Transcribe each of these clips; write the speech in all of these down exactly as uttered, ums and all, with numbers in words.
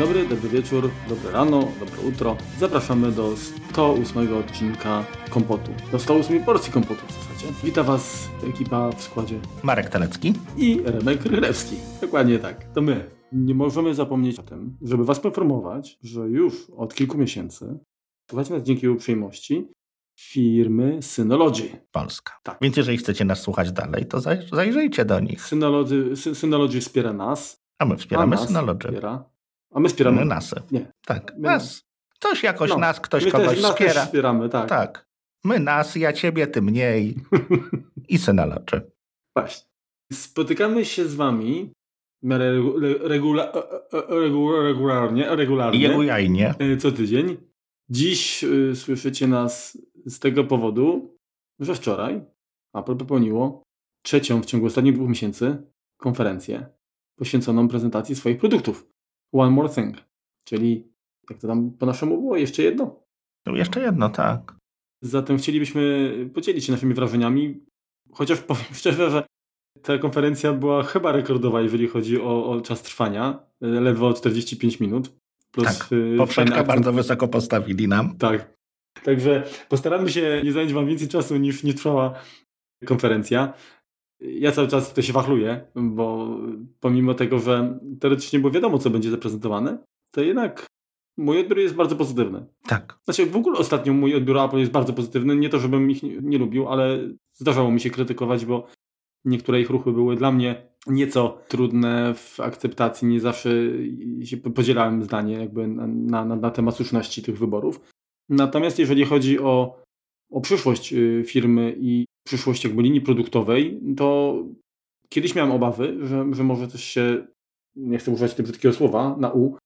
dobry, dobry wieczór, dobre rano, dobre jutro. Zapraszamy do sto ósmego odcinka Kompotu. Do sto ósmej porcji kompotu w zasadzie. Wita Was ekipa w składzie Marek Telecki i Remek Rylewski. Dokładnie tak, to my. Nie możemy zapomnieć o tym, żeby Was poinformować, że już od kilku miesięcy słuchacie nas dzięki uprzejmości firmy Synology. Polska. Tak. Więc jeżeli chcecie nas słuchać dalej, to zaj- zajrzyjcie do nich. Synology, Sy- Synology wspiera nas. A my wspieramy a nas Synology. Wspiera. A my wspieramy My nasy. Nie. Tak, My nas. Ktoś jakoś no, nas, ktoś my kogoś też, nas wspiera. też wspieramy, tak. Tak. My nas, ja ciebie, ty mniej. I Synology. Właśnie. Spotykamy się z Wami w miarę regula- regula- regula- regularnie, regularnie Jego jajnie. e, co tydzień. Dziś y, słyszycie nas z tego powodu, że wczoraj Apple popełniło trzecią w ciągu ostatnich dwóch miesięcy konferencję poświęconą prezentacji swoich produktów. One More Thing. Czyli, jak to tam po naszemu było, jeszcze jedno. No, jeszcze jedno, tak. Zatem chcielibyśmy podzielić się naszymi wrażeniami, chociaż powiem szczerze, że ta konferencja była chyba rekordowa, jeżeli chodzi o, o czas trwania. Ledwo czterdzieści pięć minut. Plus Tak, y, poprzeczkę fajny bardzo akcent. wysoko postawili nam. Tak. Także postaramy się nie zająć Wam więcej czasu niż, niż trwała konferencja. Ja cały czas w to się wachluję, bo pomimo tego, że teoretycznie było wiadomo, co będzie zaprezentowane, to jednak mój odbiór jest bardzo pozytywny. Tak. Znaczy w ogóle ostatnio mój odbiór Apple jest bardzo pozytywny. Nie to, żebym ich nie, nie lubił, ale zdarzało mi się krytykować, bo niektóre ich ruchy były dla mnie nieco trudne w akceptacji. Nie zawsze się podzielałem zdanie jakby na, na, na temat słuszności tych wyborów. Natomiast jeżeli chodzi o, o przyszłość firmy i przyszłość jakby linii produktowej, to kiedyś miałem obawy, że, że może coś się, nie chcę używać tego brzydkiego słowa, na U,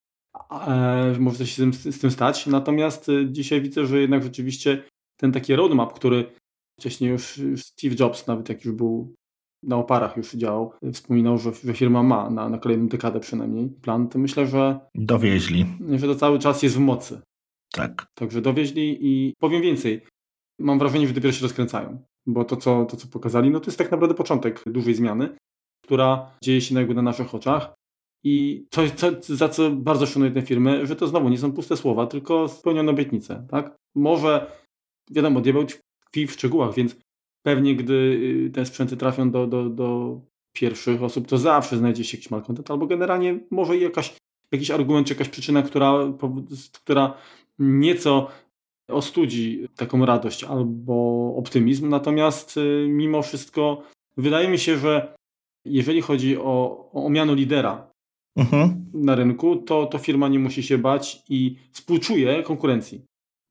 e, że może coś się z tym, z tym stać. Natomiast dzisiaj widzę, że jednak rzeczywiście ten taki roadmap, który wcześniej już Steve Jobs, nawet jak już był na oparach już działał, wspominał, że, że firma ma na, na kolejną dekadę przynajmniej plan, to myślę, że Dowieźli. że to cały czas jest w mocy. Tak. Także dowieźli i powiem więcej. Mam wrażenie, że dopiero się rozkręcają, bo to co, to, co pokazali, no to jest tak naprawdę początek dużej zmiany, która dzieje się jakby na naszych oczach i coś, co, za co bardzo szanuję tę firmę, że to znowu nie są puste słowa, tylko spełnione obietnice, tak? Może, wiadomo, diabeł tkwi w szczegółach, więc pewnie gdy te sprzęty trafią do, do, do pierwszych osób, to zawsze znajdzie się jakiś malkontent, albo generalnie może i jakaś, jakiś argument, czy jakaś przyczyna, która, która nieco ostudzi taką radość albo optymizm. Natomiast mimo wszystko wydaje mi się, że jeżeli chodzi o, o miano lidera Mhm. na rynku, to, to firma nie musi się bać i współczuje konkurencji,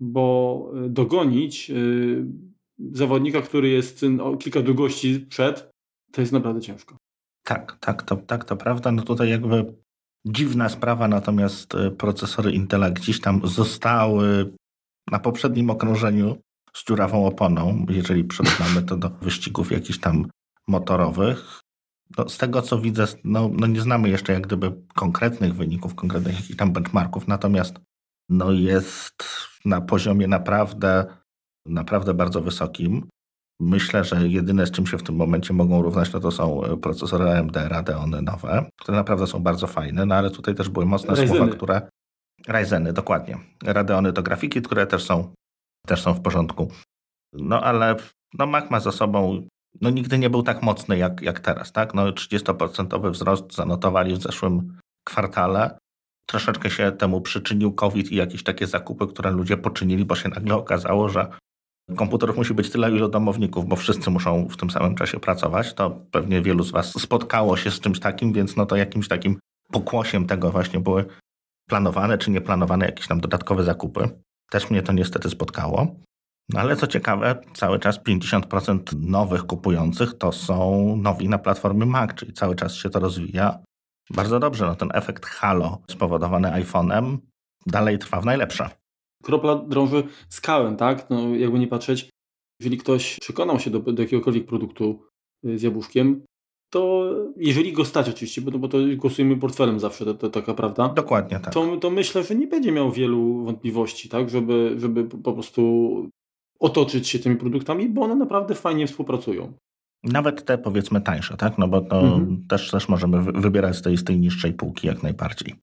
bo dogonić yy, zawodnika, który jest o kilka długości przed, to jest naprawdę ciężko. Tak, tak, to, tak, to prawda. No tutaj jakby dziwna sprawa, natomiast procesory Intela gdzieś tam zostały na poprzednim okrążeniu z dziurawą oponą, jeżeli przyrównamy to do wyścigów jakichś tam motorowych. No, z tego co widzę, no, no nie znamy jeszcze jak gdyby konkretnych wyników, konkretnych jakichś tam benchmarków, natomiast no jest na poziomie naprawdę, naprawdę bardzo wysokim. Myślę, że jedyne z czym się w tym momencie mogą równać, no to są procesory A M D, Radeony nowe, które naprawdę są bardzo fajne, no ale tutaj też były mocne Ryzeny. słowa, które... Ryzeny, dokładnie. Radeony to grafiki, które też są, też są w porządku. No ale no Mac ma za sobą, no nigdy nie był tak mocny jak, jak teraz, tak? No trzydziestoprocentowy wzrost zanotowali w zeszłym kwartale. Troszeczkę się temu przyczynił COVID i jakieś takie zakupy, które ludzie poczynili, bo się nagle okazało, że komputerów musi być tyle, ile domowników, bo wszyscy muszą w tym samym czasie pracować. To pewnie wielu z Was spotkało się z czymś takim, więc no to jakimś takim pokłosiem tego właśnie były planowane czy nieplanowane jakieś tam dodatkowe zakupy. Też mnie to niestety spotkało. No ale co ciekawe, cały czas pięćdziesiąt procent nowych kupujących to są nowi na platformie Mac, czyli cały czas się to rozwija. Bardzo dobrze, no ten efekt halo spowodowany iPhone'em dalej trwa w najlepsze. Kropla drąży skałę, tak? No jakby nie patrzeć, jeżeli ktoś przekonał się do, do jakiegokolwiek produktu z jabłuszkiem, to jeżeli go stać oczywiście, bo to, bo to głosujemy portfelem zawsze, to, to taka prawda. Dokładnie tak. To, to myślę, że nie będzie miał wielu wątpliwości, tak? Żeby, żeby po prostu otoczyć się tymi produktami, bo one naprawdę fajnie współpracują. Nawet te powiedzmy tańsze, tak? No bo to mhm. też, też możemy wybierać z tej, z tej niższej półki jak najbardziej.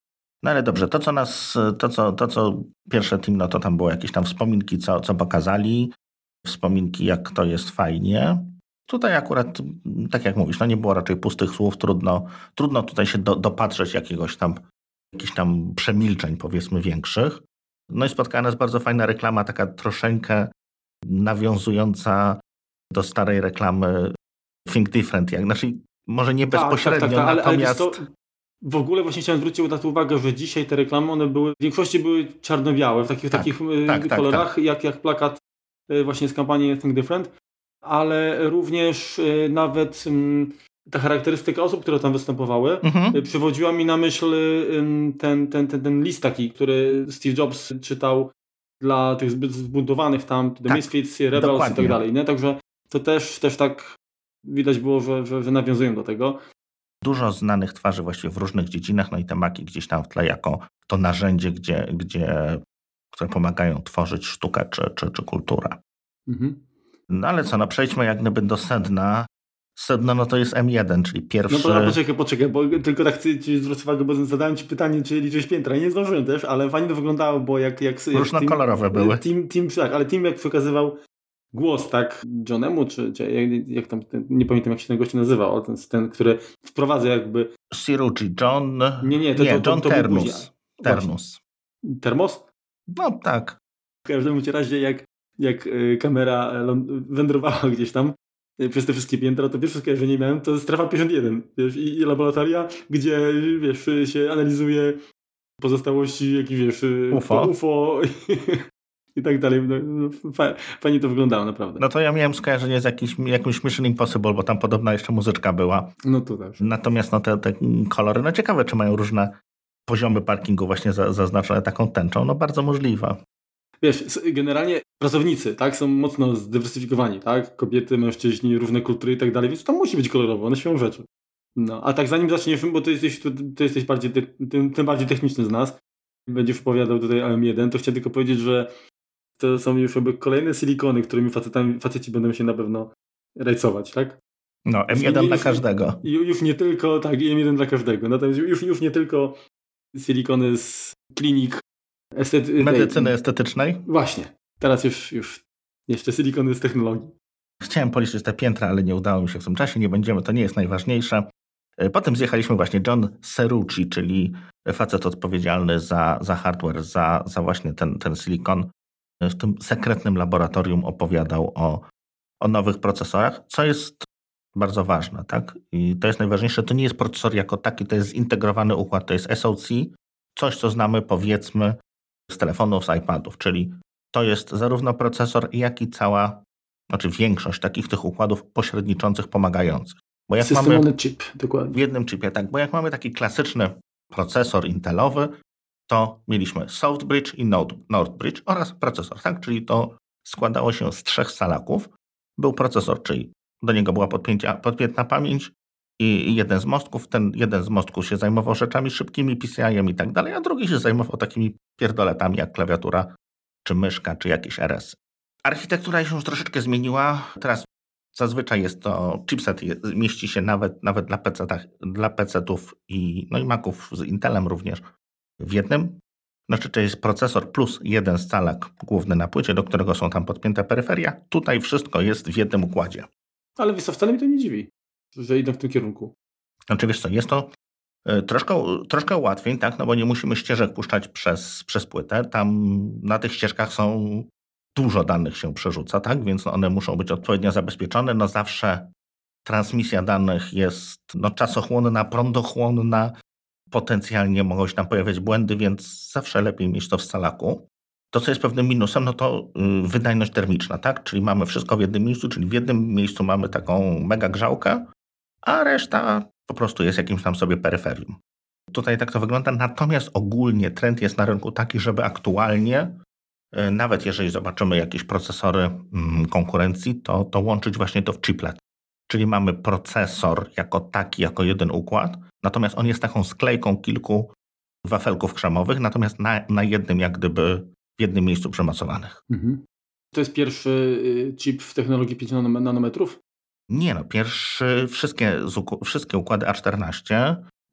No ale dobrze, to co nas, to co, to co pierwsze team, no to tam było jakieś tam wspominki, co, co pokazali, wspominki jak to jest fajnie. Tutaj akurat, tak jak mówisz, no nie było raczej pustych słów, trudno, trudno tutaj się do, dopatrzeć jakiegoś tam, jakichś tam przemilczeń powiedzmy większych. No i spotkała nas bardzo fajna reklama, taka troszeczkę nawiązująca do starej reklamy Think Different, jak, znaczy może nie bezpośrednio, tak, tak, tak, ale, natomiast... ale to, w ogóle właśnie chciałem zwrócić na to uwagę, że dzisiaj te reklamy, one były, w większości były czarno-białe, w takich, tak, takich tak, kolorach, tak, tak. Jak, jak plakat właśnie z kampanii Think Different, ale również nawet ta charakterystyka osób, które tam występowały, mhm. przywodziła mi na myśl ten, ten, ten, ten list taki, który Steve Jobs czytał dla tych zbyt zbudowanych tam, The tak, Misfits, Rebels dokładnie. I tak dalej. Nie? Także to też, też tak widać było, że, że, że nawiązują do tego. Dużo znanych twarzy właściwie w różnych dziedzinach, no i te maki gdzieś tam w tle jako to narzędzie, gdzie, gdzie, które pomagają tworzyć sztukę czy, czy, czy kulturę. Mhm. No ale co, no przejdźmy jak gdyby do sedna. Sedno no to jest M jeden, czyli pierwszy... No to poczekaj, poczekaj, bo tylko tak chcę ci zwrócić uwagę, bo zadałem ci pytanie, czy liczyłeś piętra. Nie zdążyłem też, ale fajnie to wyglądało, bo jak... jak, jak różnokolorowe team, były. Team, team, tak, ale team jak przekazywał głos, tak, Johnemu, czy, czy jak, jak tam, ten, nie pamiętam jak się ten gość nazywał, ale ten, ten który wprowadza jakby... Sirucci, John... Nie, nie, to, nie to, to, John to Ternus. Ternus. Termos? No tak. W każdym razie jak, jak kamera wędrowała gdzieś tam przez te wszystkie piętra, to pierwsze skojarzenie miałem, to strefa pięćdziesiąt jeden, wiesz, i, i laboratoria, gdzie, wiesz, się analizuje pozostałości, jak wiesz, U F O, U F O i tak dalej. No, fajnie to wyglądało, naprawdę. No to ja miałem skojarzenie z jakimś, jakimś Mission Impossible, bo tam podobna jeszcze muzyczka była. No to też. Natomiast no te, te kolory, no ciekawe, czy mają różne poziomy parkingu właśnie zaznaczone taką tęczą, no bardzo możliwe. Wiesz, generalnie pracownicy, tak, są mocno zdywersyfikowani, tak? Kobiety, mężczyźni, różne kultury i tak dalej, więc to musi być kolorowo, one siłą rzeczy. No, a tak zanim zaczniesz, bo ty jesteś, ty jesteś bardziej, tym, tym bardziej techniczny z nas, będziesz opowiadał tutaj o M jeden, to chciałem tylko powiedzieć, że to są już jakby kolejne silikony, którymi facetami, faceci będą się na pewno rajcować, tak? No, M jeden już, dla już, każdego. Już, już nie tylko, tak, M jeden dla każdego. Natomiast już, już nie tylko silikony z klinik Estety- medycyny estetycznej? Właśnie. Teraz już, już jeszcze silikony z technologii. Chciałem policzyć te piętra, ale nie udało mi się w tym czasie. Nie będziemy, to nie jest najważniejsze. Potem zjechaliśmy właśnie John Serucci, czyli facet odpowiedzialny za, za hardware, za, za właśnie ten, ten silikon. W tym sekretnym laboratorium opowiadał o, o nowych procesorach, co jest bardzo ważne, tak? I to jest najważniejsze. To nie jest procesor jako taki, to jest zintegrowany układ, to jest S O C, coś, co znamy powiedzmy z telefonów, z iPadów, czyli to jest zarówno procesor, jak i cała, znaczy większość takich tych układów pośredniczących, pomagających. Bo jak Systemowany mamy chip, dokładnie. W jednym chipie, tak, bo jak mamy taki klasyczny procesor intelowy, to mieliśmy Southbridge i Northbridge oraz procesor, tak, czyli to składało się z trzech scalaków. Był procesor, czyli do niego była podpięcia, podpiętna pamięć i jeden z mostków. Ten jeden z mostków się zajmował rzeczami szybkimi, P C I-em i tak dalej, a drugi się zajmował takimi pierdoletami jak klawiatura, czy myszka, czy jakieś R S. Architektura się już troszeczkę zmieniła. Teraz zazwyczaj jest to chipset, mieści się nawet, nawet dla pecetach, dla pecetów i, no i Maców z Intelem również w jednym. Znaczy, to jest procesor plus jeden scalak główny na płycie, do którego są tam podpięte peryferia. Tutaj wszystko jest w jednym układzie. Ale wiesz co, wcale mi to nie dziwi, że idą w tym kierunku. Znaczy, wiesz co, jest to troszkę, troszkę łatwiej, tak, no bo nie musimy ścieżek puszczać przez, przez płytę. Tam na tych ścieżkach są dużo danych się przerzuca, tak, więc one muszą być odpowiednio zabezpieczone. No zawsze transmisja danych jest no, czasochłonna, prądochłonna, potencjalnie mogą się tam pojawiać błędy, więc zawsze lepiej mieć to w scalaku. To, co jest pewnym minusem, no to yy, wydajność termiczna, tak? Czyli mamy wszystko w jednym miejscu, czyli w jednym miejscu mamy taką mega grzałkę, a reszta po prostu jest jakimś tam sobie peryferium. Tutaj tak to wygląda, natomiast ogólnie trend jest na rynku taki, żeby aktualnie, yy, nawet jeżeli zobaczymy jakieś procesory yy, konkurencji, to, to łączyć właśnie to w chiplet. Czyli mamy procesor jako taki, jako jeden układ, natomiast on jest taką sklejką kilku wafelków krzemowych, natomiast na, na jednym jak gdyby w jednym miejscu przymocowanych. Mhm. To jest pierwszy chip w technologii pięć nanometrów? Nie no, pierwszy, wszystkie, wszystkie układy A czternaście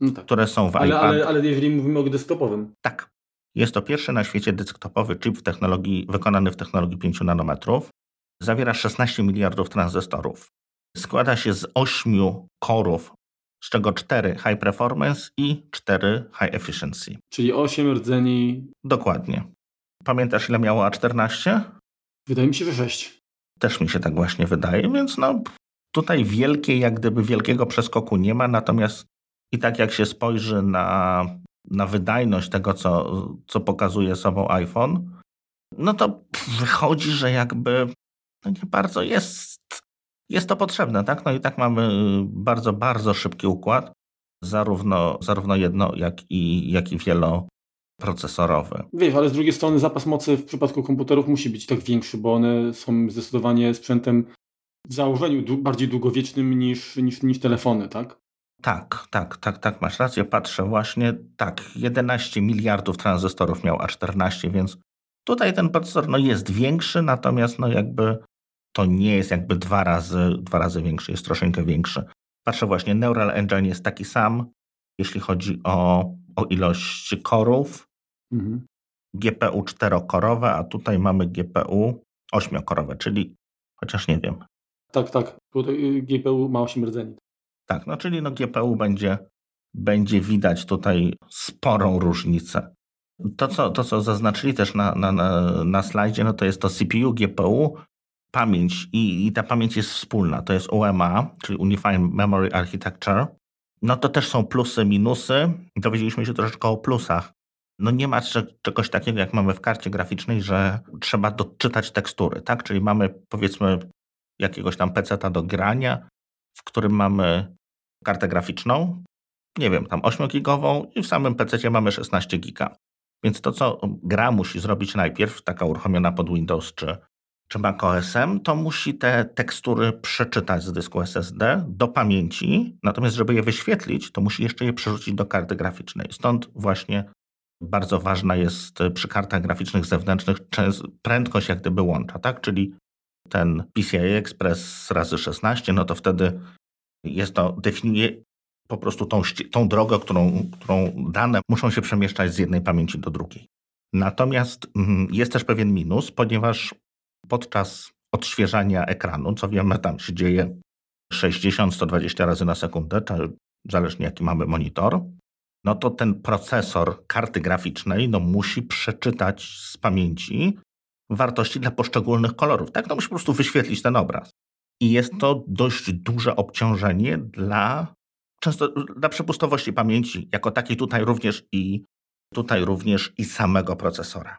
no tak. które są w ale, iPad. Ale, ale jeżeli mówimy o desktopowym. Tak. Jest to pierwszy na świecie desktopowy chip w technologii, wykonany w technologii pięć nanometrów. Zawiera szesnaście miliardów tranzystorów. Składa się z ośmiu korów, z czego cztery high performance i cztery high efficiency. Czyli osiem rdzeni. Dokładnie. Pamiętasz, ile miało A czternaście? Wydaje mi się, że sześć. Też mi się tak właśnie wydaje, więc no tutaj wielkiej, jak gdyby wielkiego przeskoku nie ma, natomiast i tak jak się spojrzy na, na wydajność tego, co, co pokazuje sobą iPhone, no to wychodzi, że jakby no nie bardzo jest, jest to potrzebne, tak? No i tak mamy bardzo, bardzo szybki układ, zarówno, zarówno jedno, jak i, jak i wieloprocesorowy. Wiesz, ale z drugiej strony zapas mocy w przypadku komputerów musi być tak większy, bo one są zdecydowanie sprzętem w założeniu dłu- bardziej długowiecznym niż, niż, niż telefony, tak? Tak, tak, tak, tak, masz rację. Patrzę właśnie, tak, jedenaście miliardów tranzystorów miał A czternaście, więc tutaj ten procesor no, jest większy, natomiast no jakby to nie jest jakby dwa razy, dwa razy większy, jest troszeczkę większy. Patrzę właśnie, Neural Engine jest taki sam, jeśli chodzi o, o ilość korów. Mhm. G P U czterokorowe, a tutaj mamy G P U ośmiokorowe, czyli chociaż nie wiem. Tak, tak. Tutaj G P U ma osiem rdzeni. Tak, no czyli no G P U będzie, będzie widać tutaj sporą różnicę. To, co, to, co zaznaczyli też na, na, na, na slajdzie, no to jest to C P U, G P U, pamięć i, i ta pamięć jest wspólna. To jest U M A, czyli Unified Memory Architecture. No to też są plusy, minusy. Dowiedzieliśmy się troszeczkę o plusach. No nie ma czegoś takiego, jak mamy w karcie graficznej, że trzeba doczytać tekstury, tak? Czyli mamy powiedzmy jakiegoś tam peceta do grania, w którym mamy kartę graficzną, nie wiem, tam ośmiogigową i w samym pececie mamy szesnaście giga. Więc to, co gra musi zrobić najpierw, taka uruchomiona pod Windows czy, czy Mac O S M, to musi te tekstury przeczytać z dysku S S D do pamięci, natomiast żeby je wyświetlić, to musi jeszcze je przerzucić do karty graficznej. Stąd właśnie bardzo ważna jest przy kartach graficznych zewnętrznych prędkość jak gdyby łącza, tak? Czyli ten P C I Express razy szesnaście, no to wtedy jest to, definiuje po prostu tą, tą drogę, którą, którą dane muszą się przemieszczać z jednej pamięci do drugiej. Natomiast jest też pewien minus, ponieważ podczas odświeżania ekranu, co wiemy, tam się dzieje sześćdziesiąt do stu dwudziestu razy na sekundę, zależnie jaki mamy monitor, no to ten procesor karty graficznej no, musi przeczytać z pamięci wartości dla poszczególnych kolorów. Tak, no musi po prostu wyświetlić ten obraz. I jest to dość duże obciążenie dla, często dla przepustowości pamięci, jako takiej tutaj również i tutaj również i samego procesora.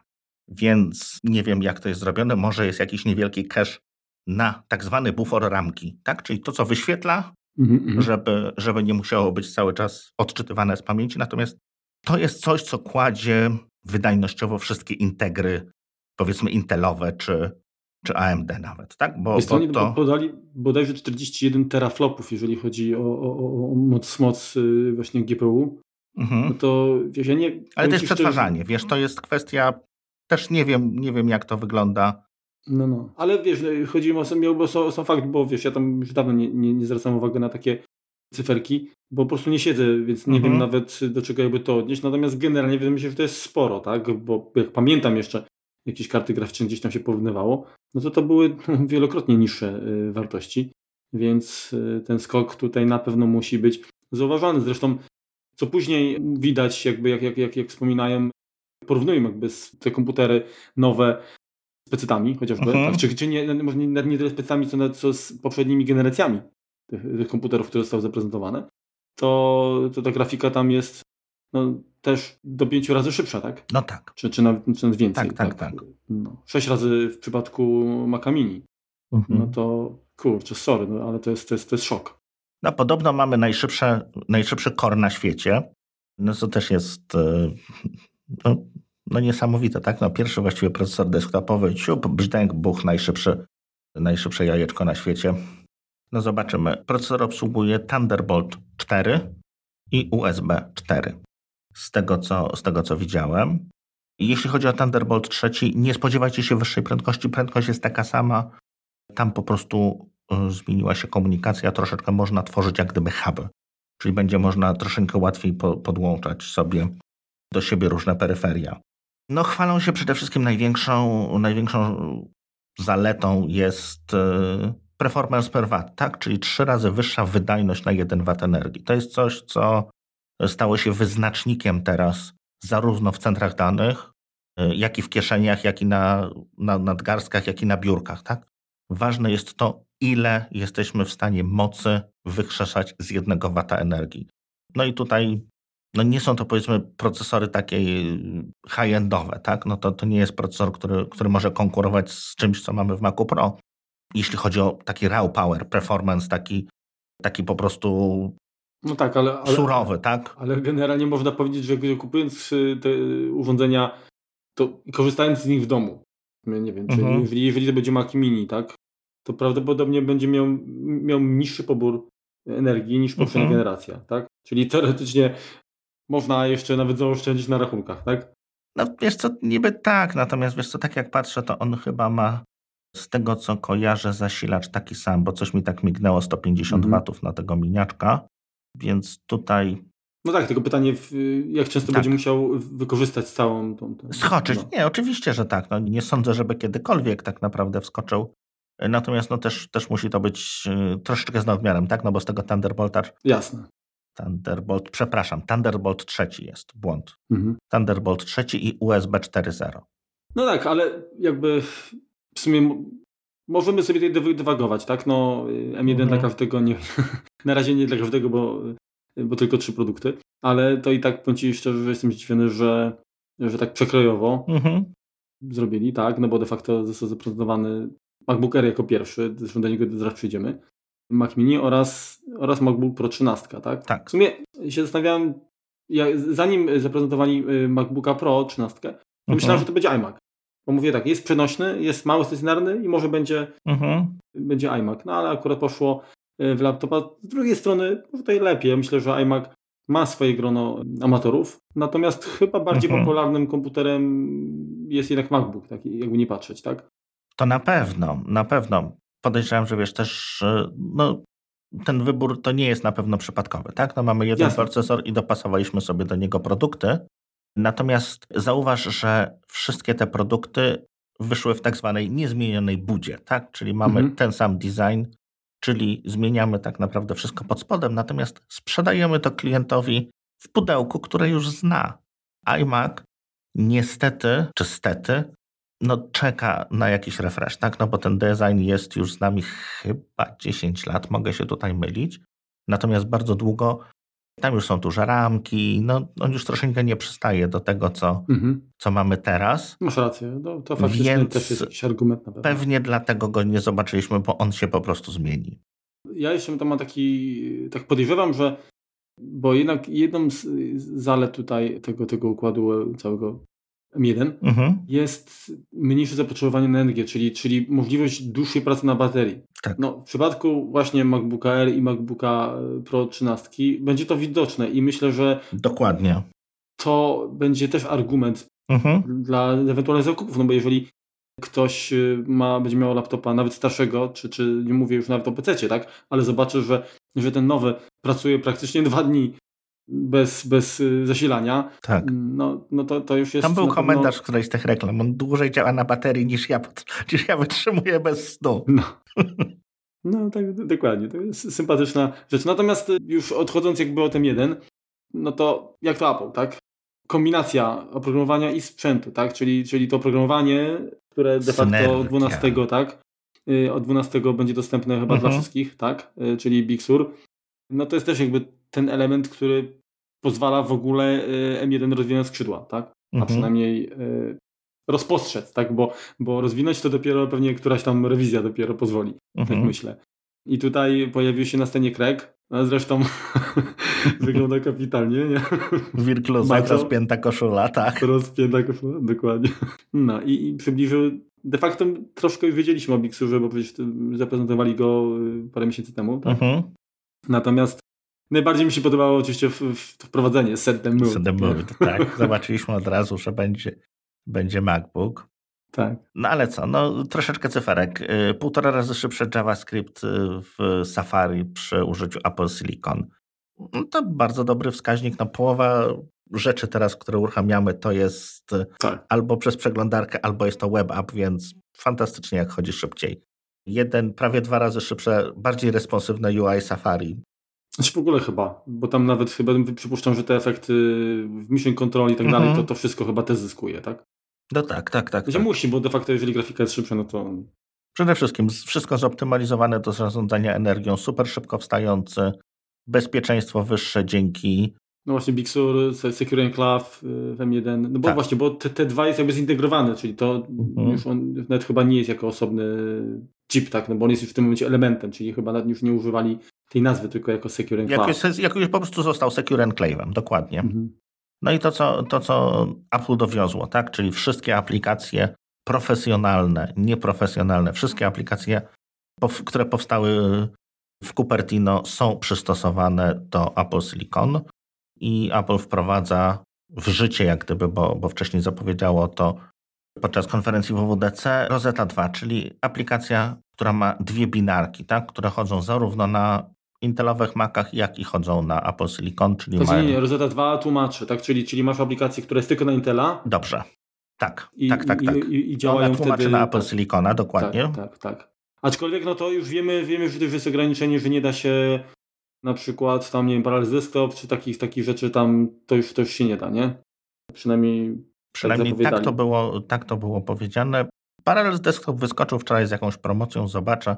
Więc nie wiem, jak to jest zrobione. Może jest jakiś niewielki cache na tak zwany bufor ramki, tak? Czyli to, co wyświetla, mm-hmm. żeby, żeby nie musiało być cały czas odczytywane z pamięci. Natomiast to jest coś, co kładzie wydajnościowo wszystkie integry, powiedzmy intelowe, czy, czy A M D nawet, tak? Bo, bo to... podali bodajże czterdzieści jeden teraflopów, jeżeli chodzi o, o, o moc, moc właśnie G P U. Mhm. No to wiesz, ja nie... Ale to jest przetwarzanie, to... wiesz, to jest kwestia, też nie wiem, nie wiem jak to wygląda. No, no, ale wiesz, chodzi mi o sam, o sam fakt, bo wiesz, ja tam już dawno nie, nie, nie zwracam uwagi na takie cyferki, bo po prostu nie siedzę, więc nie mhm. wiem nawet do czego jakby to odnieść, natomiast generalnie wydaje mi się, że to jest sporo, tak, bo jak pamiętam jeszcze, jakieś karty graficzne gdzieś tam się porównywało, no to to były wielokrotnie niższe y, wartości, więc y, ten skok tutaj na pewno musi być zauważany. Zresztą co później widać, jakby jak, jak, jak, jak wspominają, porównują jakby te komputery nowe z pecetami chociażby, uh-huh. tak, czy, czy nie, może nie, nie tyle z pecetami, co, co z poprzednimi generacjami tych, tych komputerów, które zostały zaprezentowane, to, to ta grafika tam jest no, też do pięciu razy szybsza, tak? No tak. Czy, czy, nawet, czy nawet więcej. Tak, tak, tak. tak. No, sześć razy w przypadku Maca Mini. Uh-huh. No to kurczę, sorry, no, ale to jest, to, jest, to jest szok. No podobno mamy najszybsze, najszybszy core na świecie. No co też jest no, no niesamowite, tak? No pierwszy właściwie procesor desktopowy, ciup, brzdęk, buch, najszybszy, najszybsze jajeczko na świecie. No zobaczymy. Procesor obsługuje Thunderbolt cztery i U S B cztery. Z tego, co, z tego, co widziałem. I jeśli chodzi o Thunderbolt trzy, nie spodziewajcie się wyższej prędkości. Prędkość jest taka sama. Tam po prostu zmieniła się komunikacja. Troszeczkę można tworzyć jak gdyby huby. czyli będzie można troszeczkę łatwiej po, podłączać sobie do siebie różne peryferia. No chwalą się przede wszystkim największą, największą zaletą jest performance per watt, tak? Czyli trzy razy wyższa wydajność na jeden watt energii. To jest coś, co stało się wyznacznikiem teraz zarówno w centrach danych, jak i w kieszeniach, jak i na, na nadgarstkach, jak i na biurkach, tak? Ważne jest to, ile jesteśmy w stanie mocy wykrzesać z jednego wata energii. No i tutaj no nie są to powiedzmy procesory takie high-endowe, tak? No to, to nie jest procesor, który, który może konkurować z czymś, co mamy w Macu Pro. Jeśli chodzi o taki raw power, performance, taki, taki po prostu no tak, ale, ale, surowy, tak? Ale generalnie można powiedzieć, że kupując te urządzenia, to korzystając z nich w domu, nie wiem, Mhm. czyli jeżeli, jeżeli to będzie Mac Mini, tak, to prawdopodobnie będzie miał, miał niższy pobór energii niż poprzednia Mhm. generacja, tak? Czyli teoretycznie można jeszcze nawet zaoszczędzić na rachunkach, tak? No wiesz co, niby tak, natomiast wiesz co, tak jak patrzę, to on chyba ma z tego, co kojarzę, zasilacz taki sam, bo coś mi tak mignęło, sto pięćdziesiąt Mhm. watów na tego miniaczka, więc tutaj... No tak, tylko pytanie, jak często tak. będzie musiał wykorzystać całą tą... tą Skoczyć? no. Nie, oczywiście, że tak. No, nie sądzę, żeby kiedykolwiek tak naprawdę wskoczył. Natomiast no, też, też musi to być y, troszeczkę z nadmiarem, tak? No bo z tego Thunderbolta... Jasne. Thunderbolt, przepraszam, Thunderbolt trzeci jest, błąd. Mhm. Thunderbolt trzeci i U S B cztery zero. No tak, ale jakby w sumie możemy sobie tutaj dywagować, tak? No M jeden mhm. dla każdego, nie, na razie nie dla każdego, bo, bo tylko trzy produkty, ale to i tak powiem Ci szczerze, że jestem zdziwiony, że, że tak przekrojowo mhm. zrobili, tak? No bo de facto został zaprezentowany MacBook Air jako pierwszy, zresztą do niego zaraz przyjdziemy, Mac Mini oraz, oraz MacBook Pro trzynaście, tak? Tak. W sumie się zastanawiałem, ja, zanim zaprezentowali MacBooka Pro trzynaście, to mhm. myślałem, że to będzie iMac. Bo mówię tak, jest przenośny, jest mały, stacjonarny i może będzie, mhm. będzie iMac. No ale akurat poszło w laptopa. Z drugiej strony tutaj lepiej. Ja myślę, że iMac ma swoje grono amatorów, natomiast chyba bardziej mhm. popularnym komputerem jest jednak MacBook, tak, jakby nie patrzeć, tak? To na pewno, na pewno. Podejrzewam, że wiesz też, no ten wybór to nie jest na pewno przypadkowy, tak? No mamy jeden Jasne. procesor i dopasowaliśmy sobie do niego produkty. Natomiast zauważ, że wszystkie te produkty wyszły w tak zwanej niezmienionej budzie, tak? Czyli mamy mhm. ten sam design, czyli zmieniamy tak naprawdę wszystko pod spodem, natomiast sprzedajemy to klientowi w pudełku, które już zna. iMac niestety, czy stety, no czeka na jakiś refresh, tak? No bo ten design jest już z nami chyba dziesięć lat, mogę się tutaj mylić. Natomiast bardzo długo tam już są duże ramki, no on już troszeczkę nie przystaje do tego, co, mhm. co mamy teraz. Masz rację, no, to faktycznie Więc też jest jakiś argument na pewno. Pewnie dlatego go nie zobaczyliśmy, bo on się po prostu zmieni. Ja jeszcze tam mam taki, tak podejrzewam, że, bo jednak jedną z zalet tutaj tego, tego układu całego M jeden mhm. jest mniejsze zapotrzebowanie na energię, czyli, czyli możliwość dłuższej pracy na baterii. Tak. No, w przypadku właśnie MacBooka Air i MacBooka Pro trzynaście będzie to widoczne i myślę, że dokładnie to będzie też argument mhm. dla ewentualnych zakupów, no bo jeżeli ktoś ma, będzie miał laptopa nawet starszego, czy, czy nie mówię już nawet o pececie, tak, ale zobaczy, że, że ten nowy pracuje praktycznie dwa dni bez, bez zasilania, tak. no, no to, to już jest... Tam był pewno... komentarz w którejś z tych reklam. On dłużej działa na baterii niż ja, niż ja wytrzymuję bez snu. No. No tak, dokładnie. To jest sympatyczna rzecz. Natomiast już odchodząc jakby od M jeden, no to jak to Apple, tak? Kombinacja oprogramowania i sprzętu, tak? Czyli, czyli to oprogramowanie, które de facto od dwunastego, tak? Od dwunastego będzie dostępne chyba uh-huh. dla wszystkich, tak? Czyli Big Sur. No to jest też jakby ten element, który pozwala w ogóle M jeden rozwinąć skrzydła, tak? A uh-huh. przynajmniej rozpostrzec, tak? Bo, bo rozwinąć to dopiero pewnie któraś tam rewizja dopiero pozwoli, uh-huh. tak myślę. I tutaj pojawił się na scenie Craig, a zresztą wygląda kapitalnie, nie? Wirkluzak, rozpięta koszula, tak. Rozpięta koszula, dokładnie. No i, i przybliżył, de facto troszkę już wiedzieliśmy o Big Surze, bo przecież zaprezentowali go parę miesięcy temu, tak? Uh-huh. Natomiast najbardziej mi się podobało oczywiście w, w wprowadzenie Set the Mood. Set the Mood, tak. Zobaczyliśmy od razu, że będzie, będzie MacBook. Tak. No ale co, no troszeczkę cyferek. Półtora razy szybszy JavaScript w Safari przy użyciu Apple Silicon. No to bardzo dobry wskaźnik. No połowa rzeczy teraz, które uruchamiamy, to jest tak. albo przez przeglądarkę, albo jest to web app, więc fantastycznie jak chodzi szybciej. Jeden, prawie dwa razy szybsze, bardziej responsywne U I Safari. Znaczy w ogóle chyba, bo tam nawet chyba przypuszczam, że te efekty w mission control i tak dalej, mhm. to, to wszystko chyba też zyskuje, tak? No tak, tak, tak. Że tak. musi, bo de facto jeżeli grafika jest szybsza, no to... Przede wszystkim wszystko zoptymalizowane do zarządzania energią, super szybko wstający, bezpieczeństwo wyższe dzięki... No właśnie Big Sur, Secure Enclave w M jeden, no bo tak. właśnie, bo T dwa jest jakby zintegrowany, czyli to mhm. już on nawet chyba nie jest jako osobny chip, tak, no bo on jest już w tym momencie elementem, czyli chyba nawet już nie używali tej nazwy, tylko jako Secure Enclave. Jak już, jak już po prostu został Secure Enclave'em, dokładnie. Mhm. No i to co, to, co Apple dowiozło, tak, czyli wszystkie aplikacje profesjonalne, nieprofesjonalne, wszystkie aplikacje, które powstały w Cupertino są przystosowane do Apple Silicon i Apple wprowadza w życie jak gdyby, bo, bo wcześniej zapowiedziało to podczas konferencji W W D C, Rosetta dwa, czyli aplikacja, która ma dwie binarki, tak, które chodzą zarówno na intelowych Macach, jak i chodzą na Apple Silicon. Czyli to mają... nie, Rosetta dwa tłumaczy, tak, czyli, czyli masz aplikację, która jest tylko na Intela. Dobrze. Tak, I, tak, tak, i, tak. I, i działają Ona tłumaczy wtedy... na Apple tak, Silicona, dokładnie. Tak, tak, tak. Aczkolwiek no to już wiemy, wiemy, że to już jest ograniczenie, że nie da się na przykład tam, nie wiem, Parallels Desktop czy takich, takich rzeczy tam, to już, to już się nie da, nie? Przynajmniej Przynajmniej tak, tak, to było, tak to było powiedziane. Parallels Desktop wyskoczył wczoraj z jakąś promocją, zobaczę.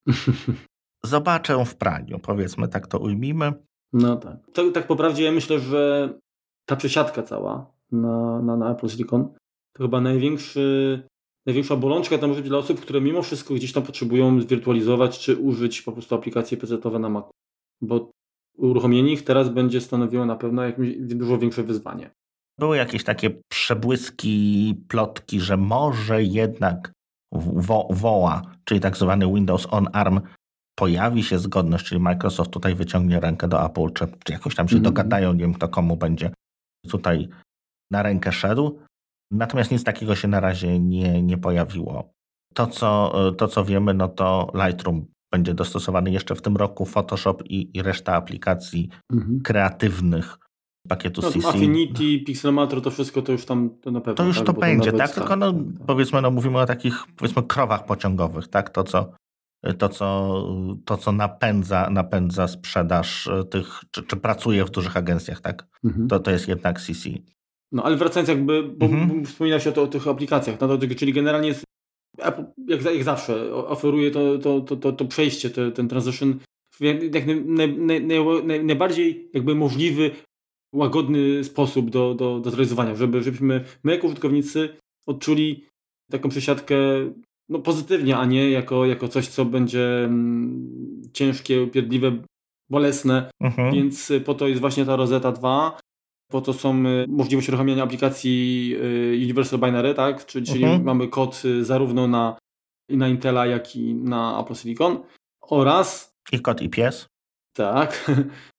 Zobaczę w praniu, powiedzmy, tak to ujmijmy. No tak. To, tak po prawdzie ja myślę, że ta przesiadka cała na, na, na Apple Silicon to chyba największy, największa bolączka to może być dla osób, które mimo wszystko gdzieś tam potrzebują zwirtualizować czy użyć po prostu aplikacje pecetowe na Macu. Bo uruchomienie ich teraz będzie stanowiło na pewno jakieś dużo większe wyzwanie. Były jakieś takie przebłyski, plotki, że może jednak wo- woła, czyli tak zwany Windows on ARM pojawi się zgodność, czyli Microsoft tutaj wyciągnie rękę do Apple, czy, czy jakoś tam się mm-hmm. dogadają, nie wiem kto komu będzie tutaj na rękę szedł. Natomiast nic takiego się na razie nie, nie pojawiło. To co, to, co wiemy, no to Lightroom będzie dostosowany jeszcze w tym roku, Photoshop i, i reszta aplikacji mm-hmm. kreatywnych pakietu no, C C. Affinity, Pixelmator, to wszystko to już tam to na pewno. To już tak, to będzie, tak? Nawet, Tylko no, tak, tak. powiedzmy, no mówimy o takich powiedzmy krowach pociągowych, tak? To co, to, co, to, co napędza, napędza sprzedaż tych, czy, czy pracuje w dużych agencjach, tak? Mhm. To, to jest jednak C C. No ale wracając jakby, bo mhm. wspominałeś o, to, o tych aplikacjach, no to, czyli generalnie jest, jak, jak zawsze oferuje to, to, to, to, to przejście, to, ten transition w jak naj, naj, naj, naj, najbardziej jakby możliwy, łagodny sposób do, do, do zrealizowania, żeby, żebyśmy my jako użytkownicy odczuli taką przesiadkę no, pozytywnie, a nie jako, jako coś, co będzie mm, ciężkie, upierdliwe, bolesne. Mhm. Więc po to jest właśnie ta Rosetta dwa. Po to są możliwości uruchamiania aplikacji Universal Binary, tak? Czyli, mhm. czyli mamy kod zarówno na, na Intela, jak i na Apple Silicon. Oraz... I kod I P S. Tak.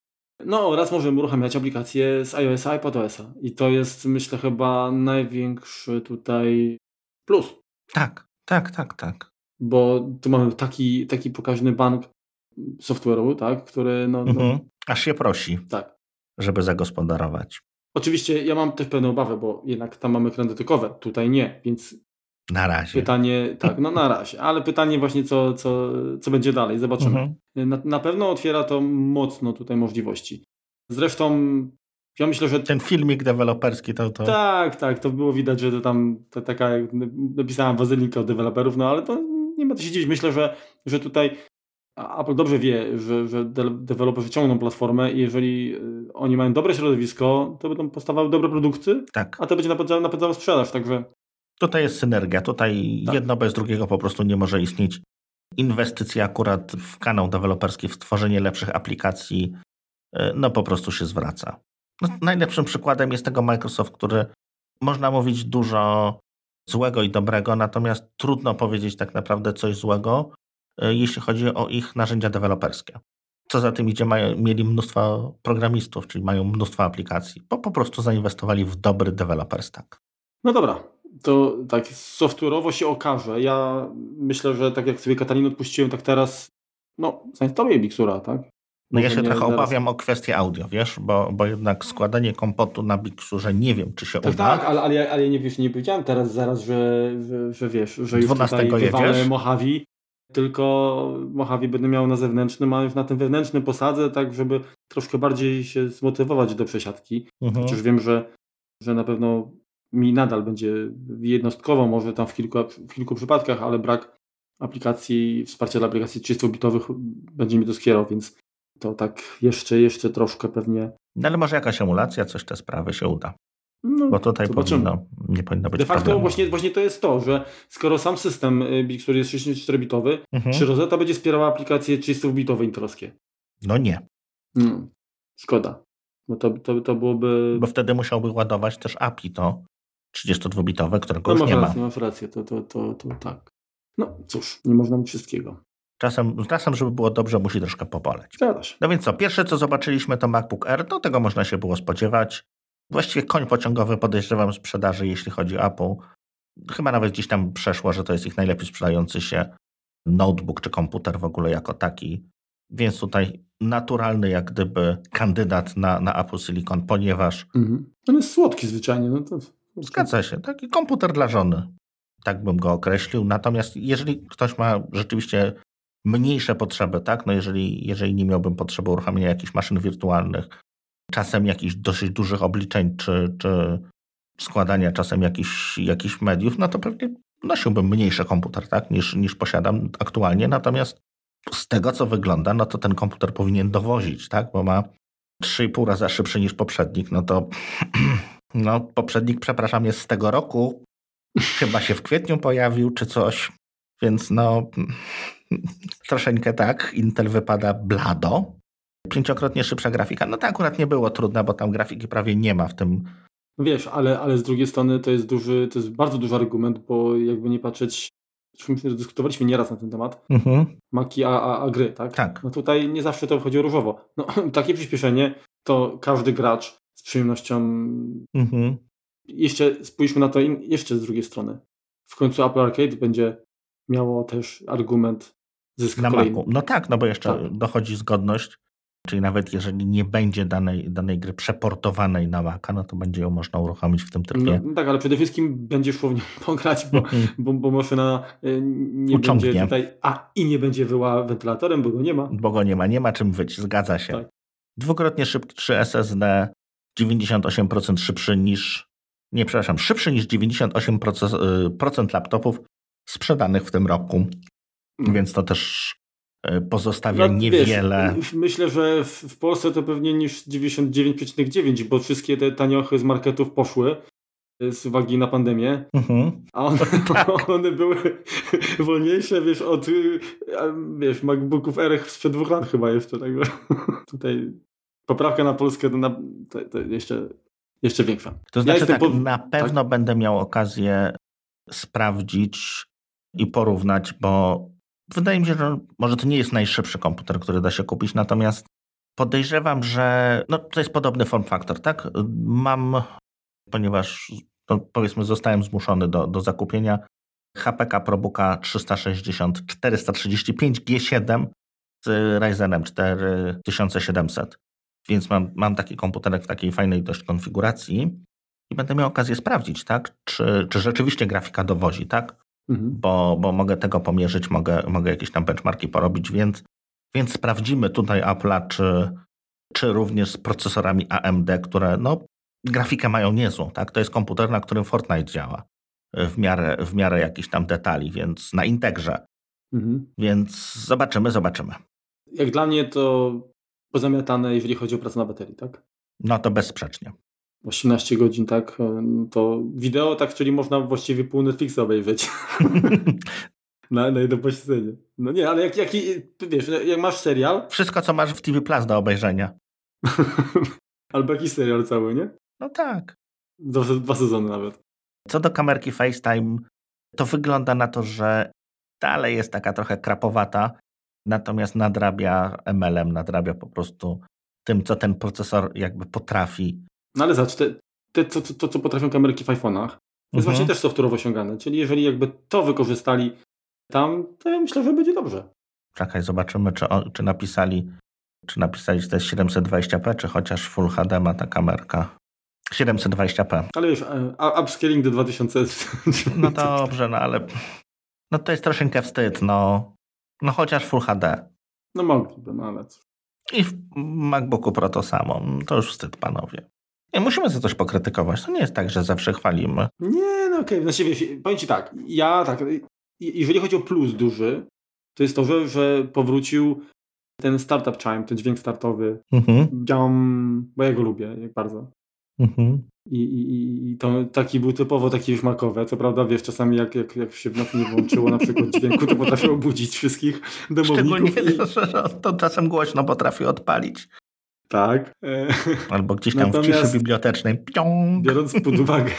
No oraz możemy uruchamiać aplikacje z iOS-a i iPadOS-a. I to jest, myślę, chyba największy tutaj plus. Tak, tak, tak, tak. Bo tu mamy taki, taki pokaźny bank software'u, tak? Który no... Mhm. no aż się prosi. Tak. Żeby zagospodarować. Oczywiście ja mam też pewne obawy, bo jednak tam mamy ekran dotykowy, tutaj nie, więc na razie. Pytanie, tak, no na razie, ale pytanie właśnie co, co, co będzie dalej, zobaczymy. Mhm. Na, na pewno otwiera to mocno tutaj możliwości. Zresztą ja myślę, że... Ten filmik deweloperski to... to... Tak, tak, to było widać, że to tam to taka, napisałem wazylinkę od deweloperów, no ale to nie ma co się dziwić. Myślę, że, że tutaj Apple dobrze wie, że, że deweloperzy ciągną platformę i jeżeli oni mają dobre środowisko, to będą powstawały dobre produkty, tak. a to będzie napędzało, napędzało sprzedaż, także... Tutaj jest synergia, tutaj tak. jedno bez drugiego po prostu nie może istnieć. Inwestycja akurat w kanał deweloperski, w tworzenie lepszych aplikacji, no po prostu się zwraca. No, najlepszym przykładem jest tego Microsoft, który można mówić dużo złego i dobrego, natomiast trudno powiedzieć tak naprawdę coś złego, jeśli chodzi o ich narzędzia deweloperskie. Co za tym idzie, mają, mieli mnóstwo programistów, czyli mają mnóstwo aplikacji, bo po prostu zainwestowali w dobry developer stack. No dobra, to tak software'owo się okaże. Ja myślę, że tak jak sobie Katalinę odpuściłem, tak teraz no zainstaluję Big Sura, tak? No ja się trochę zaraz... obawiam o kwestię audio, wiesz, bo, bo jednak składanie kompotu na Big Surze nie wiem, czy się tak, uda. Tak, ale, ale, ja, ale ja nie, wiesz, nie powiedziałem teraz zaraz, że, że, że wiesz, że już tutaj wywalę Mojave, tylko Mojave będę miał na zewnętrznym, a już na tym wewnętrznym posadzę, tak żeby troszkę bardziej się zmotywować do przesiadki. Mhm. Chociaż wiem, że, że na pewno mi nadal będzie jednostkowo, może tam w kilku, w kilku przypadkach, ale brak aplikacji, wsparcia dla aplikacji trzydziestobitowych będzie mi to skierował, więc to tak jeszcze, jeszcze troszkę pewnie. No ale może jakaś emulacja, coś te sprawy się uda. No, bo tutaj powinno, nie powinno być de facto problemu. właśnie, właśnie to jest to, że skoro sam system Big Sur jest sześćdziesięcioczterobitowy, mhm. czy Rosetta będzie wspierała aplikacje trzydziestobitowe intelowskie? No nie. Hmm. Szkoda. Bo to, to, to byłoby... Bo wtedy musiałby ładować też A P I to trzydziestodwubitowe, którego no, już nie rację, ma. Masz rację, to, to, to, to tak. No cóż, nie można mieć wszystkiego. Czasem, czasem, żeby było dobrze, musi troszkę poboleć. Zgadza się. No więc co, pierwsze co zobaczyliśmy to MacBook Air, no tego można się było spodziewać. Właściwie koń pociągowy podejrzewam sprzedaży, jeśli chodzi o Apple. Chyba nawet gdzieś tam przeszło, że to jest ich najlepiej sprzedający się notebook czy komputer w ogóle jako taki. Więc tutaj naturalny jak gdyby kandydat na, na Apple Silicon, ponieważ... Mhm. On jest słodki zwyczajnie. No to... Zgadza się, taki komputer dla żony. Tak bym go określił. Natomiast jeżeli ktoś ma rzeczywiście mniejsze potrzeby, tak, no jeżeli, jeżeli nie miałbym potrzeby uruchamiania jakichś maszyn wirtualnych, czasem jakichś dosyć dużych obliczeń, czy, czy składania czasem jakichś, jakichś mediów, no to pewnie nosiłbym mniejszy komputer, tak, niż, niż posiadam aktualnie. Natomiast z tego, co wygląda, no to ten komputer powinien dowozić, tak, bo ma trzy i pół razy szybszy niż poprzednik, no to no poprzednik, przepraszam, jest z tego roku, chyba się w kwietniu pojawił, czy coś, więc no troszeczkę tak, Intel wypada blado. Pięciokrotnie szybsza grafika, no to akurat nie było trudne, bo tam grafiki prawie nie ma w tym. Wiesz, ale, ale z drugiej strony to jest duży, to jest bardzo duży argument, bo jakby nie patrzeć, myśmy dyskutowaliśmy nieraz na ten temat, mhm. Maki, a, a, a gry, tak? Tak. No tutaj nie zawsze to wchodzi różowo. No, takie przyspieszenie to każdy gracz z przyjemnością. Mhm. Jeszcze spójrzmy na to in, jeszcze z drugiej strony. W końcu Apple Arcade będzie miało też argument zysku na kolejny. Macu. No tak, no bo jeszcze tak. dochodzi zgodność, czyli nawet jeżeli nie będzie danej, danej gry przeportowanej na Maca, no to będzie ją można uruchomić w tym trybie. No, tak, ale przede wszystkim będzie szło w nią pograć, bo, bo, bo maszyna nie Uciągnie. będzie tutaj, a i nie będzie wyła wentylatorem, bo go nie ma. Bo go nie ma, nie ma czym wyć, zgadza się. Tak. Dwukrotnie szybszy S S D, dziewięćdziesiąt osiem procent szybszy niż, nie przepraszam, szybszy niż dziewięćdziesiąt osiem procent laptopów sprzedanych w tym roku, hmm. więc to też pozostawia no, niewiele. Wiesz, myślę, że w, w Polsce to pewnie niż dziewięćdziesiąt dziewięć przecinek dziewięć, bo wszystkie te taniochy z marketów poszły z uwagi na pandemię, mhm. a one, tak. one były wolniejsze, wiesz, od wiesz, MacBooków Air sprzed dwóch lat chyba jeszcze. Także tutaj poprawka na Polskę to, na, to, to jeszcze, jeszcze większa. To znaczy ja tak, po... na pewno tak? będę miał okazję sprawdzić i porównać, bo wydaje mi się, że może to nie jest najszybszy komputer, który da się kupić, natomiast podejrzewam, że no, to jest podobny form factor, tak? Mam, ponieważ no, powiedzmy zostałem zmuszony do, do zakupienia H P K ProBooka trzysta sześćdziesiąt czterysta trzydzieści pięć G siedem z Ryzenem cztery tysiące siedemset, więc mam, mam taki komputerek w takiej fajnej dość konfiguracji i będę miał okazję sprawdzić, tak? Czy, czy rzeczywiście grafika dowozi, tak? Mhm. Bo, bo mogę tego pomierzyć, mogę, mogę jakieś tam benchmarki porobić, więc, więc sprawdzimy tutaj Apple'a, czy, czy również z procesorami A M D, które no, grafikę mają niezłą. Tak? To jest komputer, na którym Fortnite działa w miarę, w miarę jakichś tam detali, więc na Integrze. Mhm. Więc zobaczymy, zobaczymy. Jak dla mnie to pozamiatane, jeżeli chodzi o pracę na baterii, tak? No to bezsprzecznie. osiemnaście godzin, tak, to wideo, tak, czyli można właściwie pół Netflixa obejrzeć na, na jedno posiedzenie. No nie, ale jak, jak, wiesz, jak masz serial... Wszystko, co masz w T V Plus do obejrzenia. Albo jakiś serial cały, nie? No tak. Dwa, dwa sezony nawet. Co do kamerki FaceTime, to wygląda na to, że dalej jest taka trochę krapowata, natomiast nadrabia M L-em, nadrabia po prostu tym, co ten procesor jakby potrafi. No ale zobacz, te, te, to, to, to, co potrafią kamerki w iPhone'ach, to jest mhm. właśnie też software'owo osiągane. Czyli jeżeli jakby to wykorzystali tam, to ja myślę, że będzie dobrze. Czekaj, zobaczymy, czy, on, czy napisali Czy napisali, że to jest siedemset dwadzieścia p, czy chociaż Full H D ma ta kamerka? siedemset dwadzieścia p. Ale już, upscaling do dwa tysiące. No dobrze, no ale no to jest troszeczkę wstyd, no. No chociaż Full H D. No mogliby, no ale cóż. I w MacBooku Pro to samo. To już wstyd, panowie. Nie, musimy za coś pokrytykować. To nie jest tak, że zawsze chwalimy. Nie, no okej. Okay. Znaczy, wiesz, powiem ci tak. Ja tak, jeżeli chodzi o plus duży, to jest to, że, że powrócił ten startup chime, ten dźwięk startowy. Mhm. Działam, bo ja go lubię, jak bardzo. Mhm. I, i, I to taki był typowo taki już makowe. Co prawda, wiesz, czasami jak, jak, jak się w nocy nie włączyło na przykład dźwięku, to potrafiło obudzić wszystkich domowników. Szczególnie, i... że to czasem głośno potrafi odpalić. Tak. Albo gdzieś tam Natomiast w ciszy bibliotecznej. Piąk. Biorąc pod uwagę,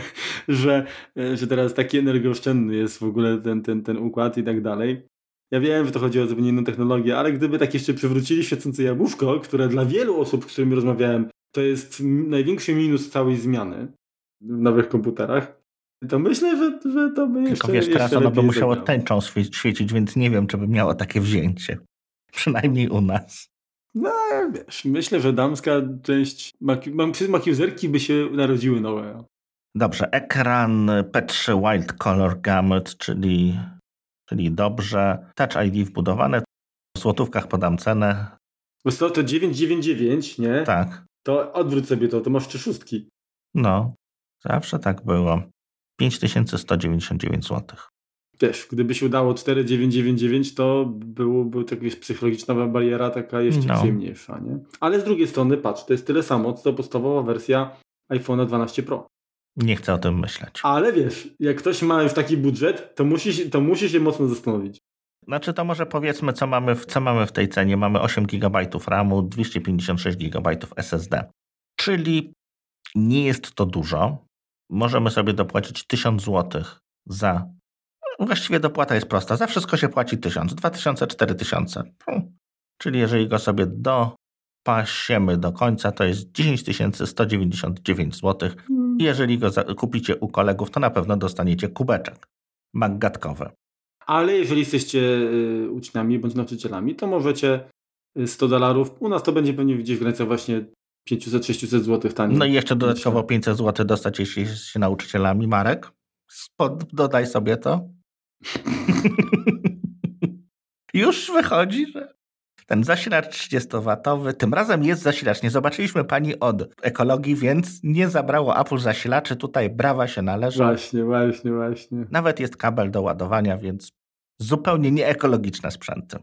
że, że teraz taki energooszczędny jest w ogóle ten, ten, ten układ i tak dalej. Ja wiem, że to chodzi o zupełnie inną technologię, ale gdyby tak jeszcze przywrócili świecące jabłuszko, które dla wielu osób, z którymi rozmawiałem, to jest największy minus całej zmiany w nowych komputerach, to myślę, że, że to by jeszcze Tylko wiesz, teraz jeszcze ono by musiało zagrało. tęczą świecić, więc nie wiem, czy by miało takie wzięcie. Przynajmniej u nas. No wiesz, myślę, że damska część Mac-userki by się narodziły nowe. Dobrze, ekran P trzy Wild Color Gamut, czyli, czyli dobrze. Touch I D wbudowane. W złotówkach podam cenę. Bo to, to dziewięćset dziewięćdziesiąt dziewięć, nie? Tak. To odwróć sobie to, to masz trzy szóstki. No, zawsze tak było. pięć tysięcy sto dziewięćdziesiąt dziewięć złotych. Wiesz, gdyby się udało cztery tysiące dziewięćset dziewięćdziesiąt dziewięć, to byłoby jakaś psychologiczna bariera taka jeszcze no. przyjemniejsza, nie? Ale z drugiej strony, patrz, to jest tyle samo, co podstawowa wersja iPhone'a dwanaście Pro. Nie chcę o tym myśleć. Ale wiesz, jak ktoś ma już taki budżet, to musi, to musi się mocno zastanowić. Znaczy to może powiedzmy, co mamy w, co mamy w tej cenie. Mamy osiem gigabajtów ramu, dwieście pięćdziesiąt sześć gigabajtów S S D. Czyli nie jest to dużo. Możemy sobie dopłacić tysiąc złotych za... Właściwie dopłata jest prosta. Za wszystko się płaci tysiąc, dwa tysiące, cztery tysiące. Czyli jeżeli go sobie dopasiemy do końca, to jest dziesięć tysięcy sto dziewięćdziesiąt dziewięć złotych. Jeżeli go kupicie u kolegów, to na pewno dostaniecie kubeczek maggatkowy. Ale jeżeli jesteście y, uczniami bądź nauczycielami, to możecie sto dolarów. U nas to będzie pewnie gdzieś w granicach właśnie pięćset sześćset złotych taniej. No i jeszcze dodatkowo pięćset złotych dostać, jeśli jesteście nauczycielami. Marek, Spod, dodaj sobie to. Już wychodzi, że ten zasilacz trzydziestowatowy, tym razem jest zasilacz. Nie zobaczyliśmy pani od ekologii, więc nie zabrało Apple zasilaczy. Tutaj brawa się należą. Właśnie, właśnie, właśnie. Nawet jest kabel do ładowania, więc zupełnie nieekologiczne sprzęty.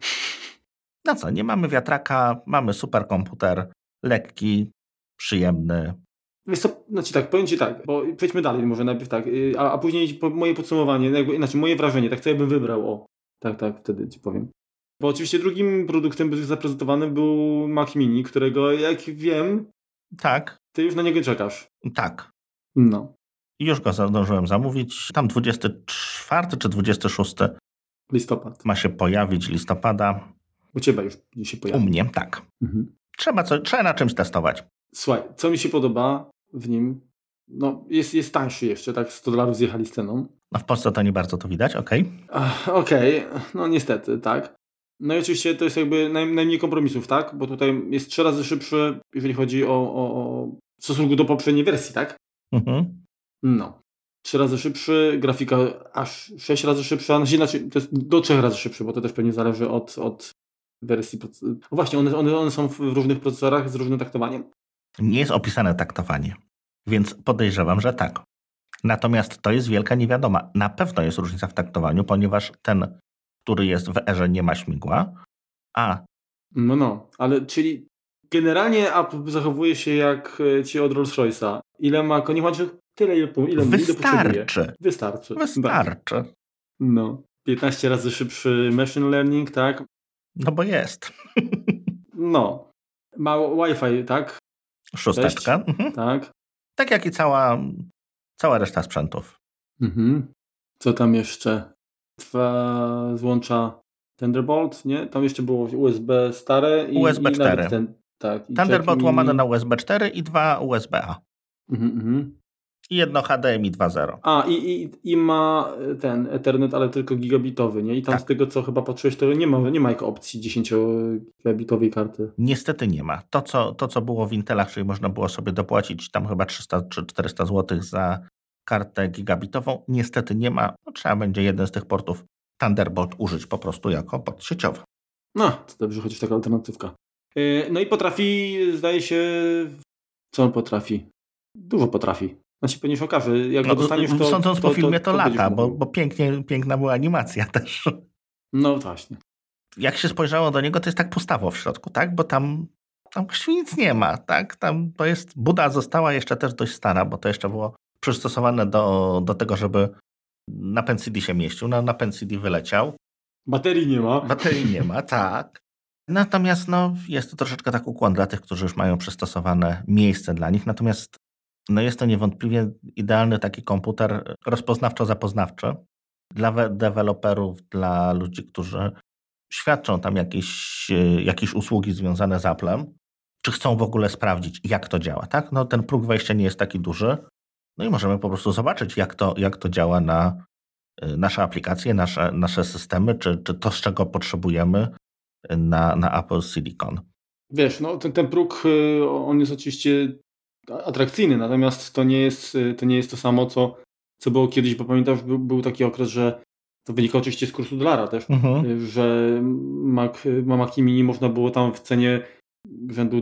No co, nie mamy wiatraka, mamy superkomputer, lekki, przyjemny. Wiesz co, znaczy tak, powiem ci tak, bo przejdźmy dalej może najpierw tak, a, a później po, moje podsumowanie, jakby, znaczy moje wrażenie, tak co ja bym wybrał, o, tak, tak, wtedy ci powiem. Bo oczywiście drugim produktem zaprezentowanym był Mac Mini, którego jak wiem, tak, ty już na niego czekasz. Tak. No. Już go zdążyłem zamówić, tam dwudziestego czwartego czy dwudziestego szóstego listopad. Ma się pojawić listopada. U ciebie już się pojawi. U mnie, tak. Mhm. Trzeba, co, trzeba na czymś testować. Słuchaj, co mi się podoba w nim, no jest, jest tańszy jeszcze, tak, sto dolarów zjechali z ceną. No w Polsce to nie bardzo to widać, okej. Okay. Okej, okay. No niestety, tak. No i oczywiście to jest jakby naj, najmniej kompromisów, tak, bo tutaj jest trzy razy szybszy, jeżeli chodzi o, o, o w stosunku do poprzedniej wersji, tak? Mhm. No. Trzy razy szybszy, grafika aż sześć razy szybsza, no inaczej to jest do trzech razy szybszy, bo to też pewnie zależy od, od wersji. O właśnie, one, one, one są w różnych procesorach z różnym taktowaniem. Nie jest opisane taktowanie, więc podejrzewam, że tak. Natomiast to jest wielka niewiadoma. Na pewno jest różnica w taktowaniu, ponieważ ten, który jest w Airze, nie ma śmigła, a... No, no, ale czyli generalnie Apple zachowuje się jak ci od Rolls-Royce'a. Ile ma koni? Tyle, ile, ile Wystarczy. Wystarczy. Wystarczy. Tak. No. piętnaście razy szybszy machine learning, tak? No bo jest. No. Ma Wi-Fi, tak? Szósteczka. Mhm. Tak. Tak jak i cała, cała reszta sprzętów. Mhm. Co tam jeszcze? Dwa złącza Thunderbolt, nie? Tam jeszcze było U S B stare i U S B i cztery. Ten, tak, i Thunderbolt mini... łamane na U S B cztery i dwa U S B A. Mhm, mhm. I jedno H D M I dwa zero. A, i, i, i ma ten Ethernet, ale tylko gigabitowy, nie? I tam tak. z tego, co chyba patrzyłeś, to nie ma, nie ma jako opcji dziesięciogigabitowej karty. Niestety nie ma. To co, to, co było w Intelach, czyli można było sobie dopłacić tam chyba trzysta czy czterysta złotych za kartę gigabitową, niestety nie ma. No, trzeba będzie jeden z tych portów Thunderbolt użyć po prostu jako port sieciowy. No, to dobrze, chociaż taka alternatywka. No i potrafi, zdaje się, co on potrafi? Dużo potrafi. Znaczy pewnie się okaże, jak no, go dostaniesz, to... Sądząc to, po filmie, to, to, to lata, bo, bo pięknie, piękna była animacja też. No właśnie. Jak się spojrzało do niego, to jest tak pustawo w środku, tak? Bo tam, tam właściwie nic nie ma, tak? Tam to jest, buda została jeszcze też dość stara, bo to jeszcze było przystosowane do, do tego, żeby na Pen C D się mieścił. No, na Pen C D wyleciał. Baterii nie ma. Baterii nie ma, tak. Natomiast no, jest to troszeczkę tak ukłon dla tych, którzy już mają przystosowane miejsce dla nich. Natomiast no, jest to niewątpliwie idealny taki komputer rozpoznawczo-zapoznawczy dla deweloperów, dla ludzi, którzy świadczą tam jakieś, jakieś usługi związane z Applem, czy chcą w ogóle sprawdzić, jak to działa, tak? No ten próg wejścia nie jest taki duży, no i możemy po prostu zobaczyć, jak to, jak to działa na nasze aplikacje, nasze, nasze systemy, czy, czy to, z czego potrzebujemy na, na Apple Silicon. Wiesz, no ten, ten próg, on jest oczywiście atrakcyjny, natomiast to nie jest to, nie jest to samo, co, co było kiedyś, bo pamiętasz, był, był taki okres, że to wynika oczywiście z kursu dolara też, mhm. że Mac, Mac Mini można było tam w cenie rzędu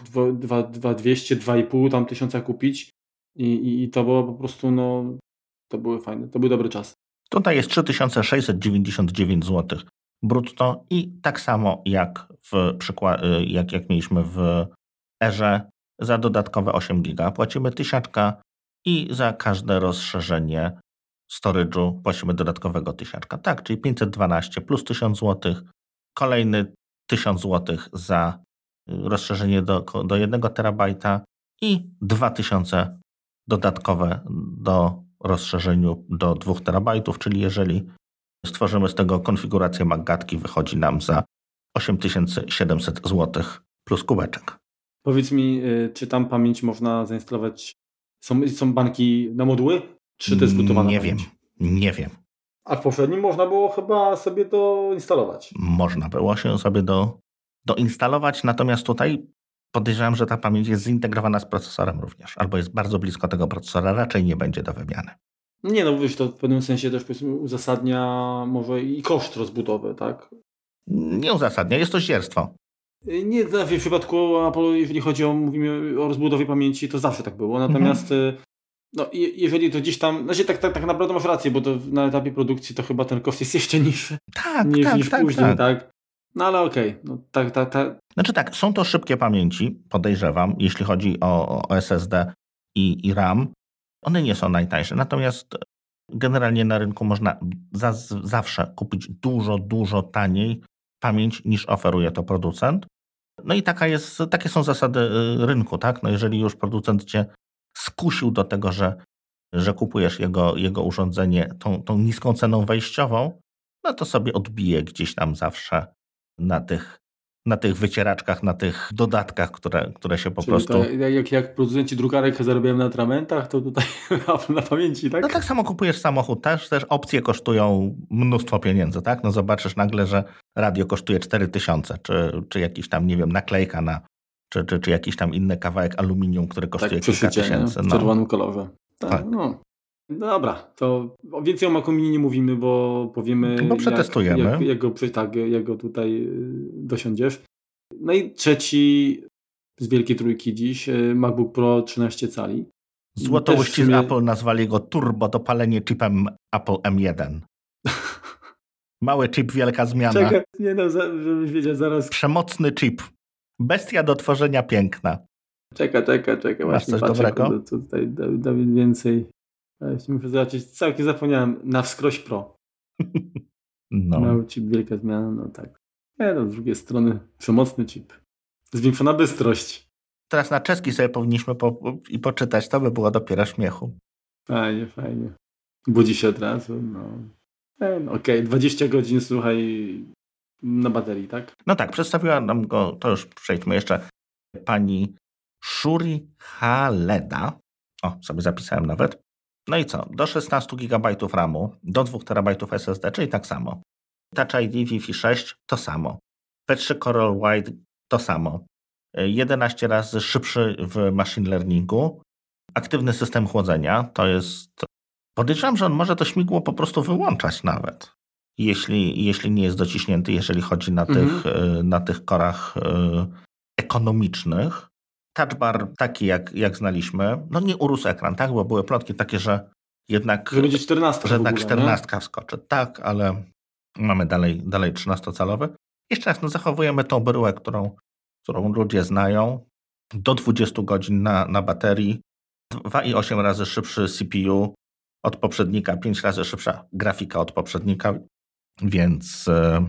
dwa dwieście, dwa i pół tam tysiąca kupić i, i, i to było po prostu, no to były fajne, to był dobry czas. Tutaj jest trzy tysiące sześćset dziewięćdziesiąt dziewięć złotych brutto i tak samo jak, w przykład, jak, jak mieliśmy w Erze za dodatkowe osiem giga płacimy tysiaczka i za każde rozszerzenie storage'u płacimy dodatkowego tysiaczka. Tak, czyli pięćset dwanaście plus tysiąc złotych, kolejny tysiąc złotych za rozszerzenie do, do jednego terabajta i dwa tysiące dodatkowe do rozszerzeniu do dwóch terabajtów, czyli jeżeli stworzymy z tego konfigurację Maggatki, wychodzi nam za osiem tysięcy siedemset złotych plus kubeczek. Powiedz mi, czy tam pamięć można zainstalować? Są, są banki na moduły? Czy to jest zbudowana Nie pamięć? wiem, nie wiem. A w poprzednim można było chyba sobie to instalować. Można było się sobie do, doinstalować, natomiast tutaj podejrzewam, że ta pamięć jest zintegrowana z procesorem również, albo jest bardzo blisko tego procesora, raczej nie będzie do wymiany. Nie, no wiesz, to w pewnym sensie też powiedzmy uzasadnia może i koszt rozbudowy, tak? Nie uzasadnia, jest to zdzierstwo. Nie, w przypadku Apple, jeżeli chodzi o, mówimy o rozbudowie pamięci, to zawsze tak było, natomiast mhm. no, jeżeli to gdzieś tam, znaczy tak, tak, tak naprawdę masz rację, bo to na etapie produkcji to chyba ten koszt jest jeszcze niższy tak, niż, tak, niż tak, później, tak. tak? No ale okej, okay. no, tak, tak, tak. Znaczy tak, są to szybkie pamięci, podejrzewam, jeśli chodzi o, o S S D i, i RAM. One nie są najtańsze, natomiast generalnie na rynku można za, zawsze kupić dużo, dużo taniej pamięć niż oferuje to producent. No i taka jest, takie są zasady rynku, tak? No jeżeli już producent cię skusił do tego, że, że kupujesz jego, jego urządzenie tą, tą niską ceną wejściową, no to sobie odbije gdzieś tam zawsze na tych, na tych wycieraczkach, na tych dodatkach, które, które się po Czyli prostu... To jak, jak producenci drukarek zarabiają na atramentach, to tutaj na pamięci, tak? No tak samo kupujesz samochód też, też opcje kosztują mnóstwo pieniędzy, tak? No zobaczysz nagle, że radio kosztuje cztery tysiące, czy, czy jakiś tam, nie wiem, naklejka na, czy, czy, czy jakiś tam inny kawałek aluminium, który kosztuje tak, kilka tysięcy. W no. czerwonym kolorze. Tak, tak. No. Dobra, to więcej o Macu Mini nie mówimy, bo powiemy, bo przetestujemy. Jak, jak, jak, go, tak, jak go tutaj dosiądziesz. No i trzeci z wielkiej trójki dziś, MacBook Pro trzynaście cali. Złotołyści sumie... z Apple nazwali go turbo dopalenie chipem Apple M jeden. Mały chip, wielka zmiana. Czekaj, nie no, żebyś wiedział zaraz. Przemocny chip. Bestia do tworzenia piękna. Czekaj, czekaj, czekaj. Masz coś dobrego? Kurde, tutaj Dawid więcej. Muszę zobaczyć, całkiem zapomniałem. Na wskroś Pro. No. Mały chip, wielka zmiana, no tak. Nie no, z drugiej strony przemocny chip. Zwiększona bystrość. Teraz na czeski sobie powinniśmy po, i poczytać, to by było dopiero śmiechu. Fajnie, fajnie. Budzi się od razu, no. E, no Okej, okay. dwadzieścia godzin, słuchaj, na baterii, tak? No tak, przedstawiła nam go, to już przejdźmy jeszcze, pani Shuri Haleda. O, sobie zapisałem nawet. No i co? Do szesnaście gigabajtów ramu, do dwa terabajtów S S D, czyli tak samo. Touch I D Wi-Fi sześć to samo. P trzy Coral White to samo. jedenaście razy szybszy w machine learningu. Aktywny system chłodzenia to jest... Podejrzewam, że on może to śmigło po prostu wyłączać nawet. Jeśli, jeśli nie jest dociśnięty, jeżeli chodzi na, mhm. tych, na tych korach ekonomicznych. Touch bar taki, jak, jak znaliśmy. No nie urósł ekran, tak? Bo były plotki takie, że jednak... Że będzie czternastka Że jednak czternastka wskoczy. Tak, ale mamy dalej, dalej trzynastocalowy. Jeszcze raz, no zachowujemy tą bryłę, którą, którą ludzie znają. Do dwudziestu godzin na, na baterii. dwa i osiem razy szybszy C P U od poprzednika, pięć razy szybsza grafika od poprzednika, więc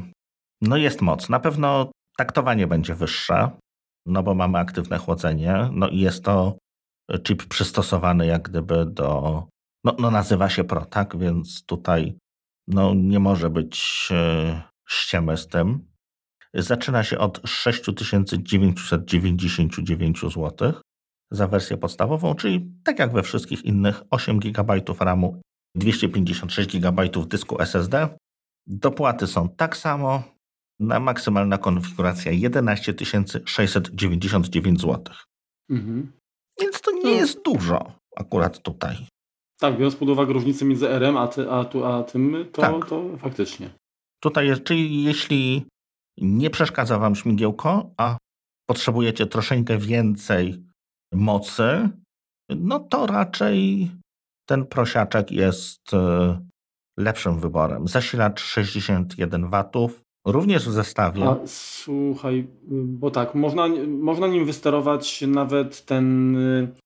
no jest moc. Na pewno taktowanie będzie wyższe, no bo mamy aktywne chłodzenie, no i jest to chip przystosowany jak gdyby do, no, no nazywa się Pro, tak, więc tutaj no nie może być ściemy z tym. Zaczyna się od sześć tysięcy dziewięćset dziewięćdziesiąt dziewięć złotych za wersję podstawową, czyli tak jak we wszystkich innych osiem gigabajtów ramu, dwieście pięćdziesiąt sześć gigabajtów dysku S S D. Dopłaty są tak samo, na maksymalna konfiguracja jedenaście tysięcy sześćset dziewięćdziesiąt dziewięć złotych. Mhm. Więc to nie no. jest dużo akurat tutaj. Tak, biorąc pod uwagę różnicę między R M a, ty, a, tu, a tym, to, tak. to faktycznie. Tutaj, czyli jeśli nie przeszkadza wam śmigiełko, a potrzebujecie troszeczkę więcej mocy, no to raczej ten prosiaczek jest lepszym wyborem. Zasilacz sześćdziesiąt jeden watów, również w zestawie. A, słuchaj, bo tak, można, można nim wysterować nawet ten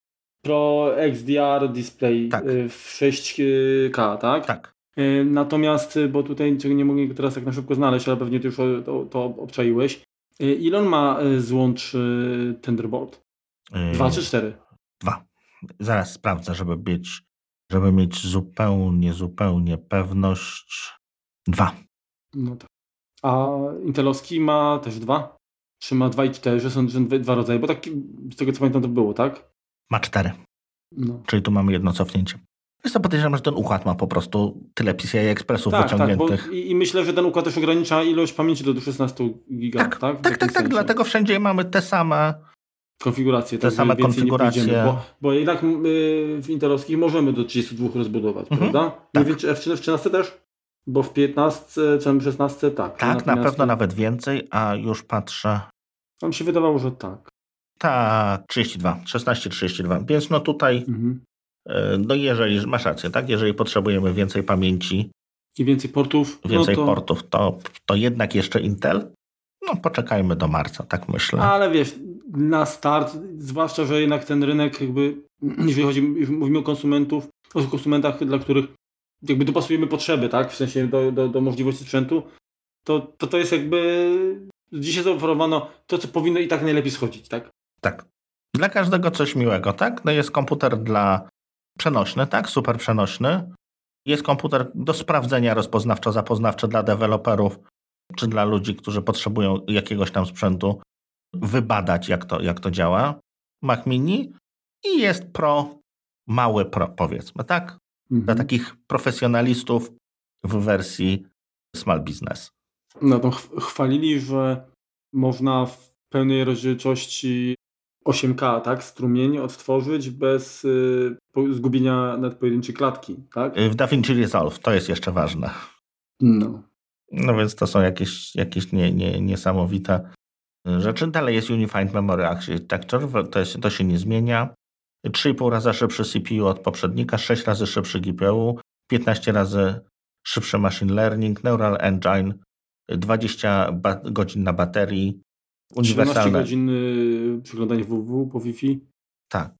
Pro X D R display tak. w sześć K, tak? Tak. Natomiast, bo tutaj nie mogę teraz tak na szybko znaleźć, ale pewnie ty już to, to obczaiłeś. Ile on ma złącz Thunderbolt? Dwa czy cztery? Dwa. Zaraz sprawdzę, żeby mieć, żeby mieć zupełnie, zupełnie pewność. Dwa. No tak. A Intelowski ma też dwa? Czy ma dwa i cztery, że są dwa rodzaje? Bo tak z tego co pamiętam to było, tak? Ma cztery. No. Czyli tu mamy jedno cofnięcie. Jest to podejrzewam, że ten układ ma po prostu tyle P C I Expressów tak, wyciągniętych. Tak, bo i, i myślę, że ten układ też ogranicza ilość pamięci do szesnastu giga, tak? Tak, tak, tak, tak. Dlatego wszędzie mamy te same konfiguracje. Te tak, same konfiguracje. Bo, bo jednak y, w Intelowskich możemy do trzydziestu dwóch rozbudować, mhm, prawda? Tak. Nie wiem, czy w trzynastce też? Bo w piętnastce czy w szesnastce tak. Tak, natomiast na pewno nawet więcej, a już patrzę. Nam się wydawało, że tak. Tak, trzydzieści dwa, szesnaście trzydzieści dwa. Więc no tutaj, mhm. no jeżeli, masz rację, tak? Jeżeli potrzebujemy więcej pamięci i więcej portów, więcej no to... portów, to, to jednak jeszcze Intel. No poczekajmy do marca, tak myślę. Ale wiesz, na start, zwłaszcza, że jednak ten rynek jakby, jeżeli chodzi, mówimy o konsumentów, o konsumentach, dla których jakby dopasujemy potrzeby, tak? W sensie do, do, do możliwości sprzętu, to, to to jest jakby dzisiaj zaoferowano to, co powinno i tak najlepiej schodzić, tak? Tak. Dla każdego coś miłego, tak? No jest komputer dla przenośny, tak? Super przenośny. Jest komputer do sprawdzenia rozpoznawczo-zapoznawcze dla deweloperów, czy dla ludzi, którzy potrzebują jakiegoś tam sprzętu, wybadać, jak to, jak to działa. Mac Mini i jest Pro, mały Pro, powiedzmy, tak? Mhm. Dla takich profesjonalistów w wersji Small Business. No to ch- chwalili, że można w pełnej rozdzielczości osiem K, tak? Strumień odtworzyć bez y, zgubienia nawet pojedynczej klatki, tak? W DaVinci Resolve, to jest jeszcze ważne. No. No więc to są jakieś, jakieś nie, nie, niesamowite rzeczy. Dalej jest Unified Memory Architecture, to, jest, to się nie zmienia. trzy i pół razy szybszy C P U od poprzednika, sześć razy szybszy G P U, piętnaście razy szybszy Machine Learning, Neural Engine, dwadzieścia ba- godzin na baterii, uniwersalne. trzynaście godzin y, przeglądania W W po Wi-Fi. Tak.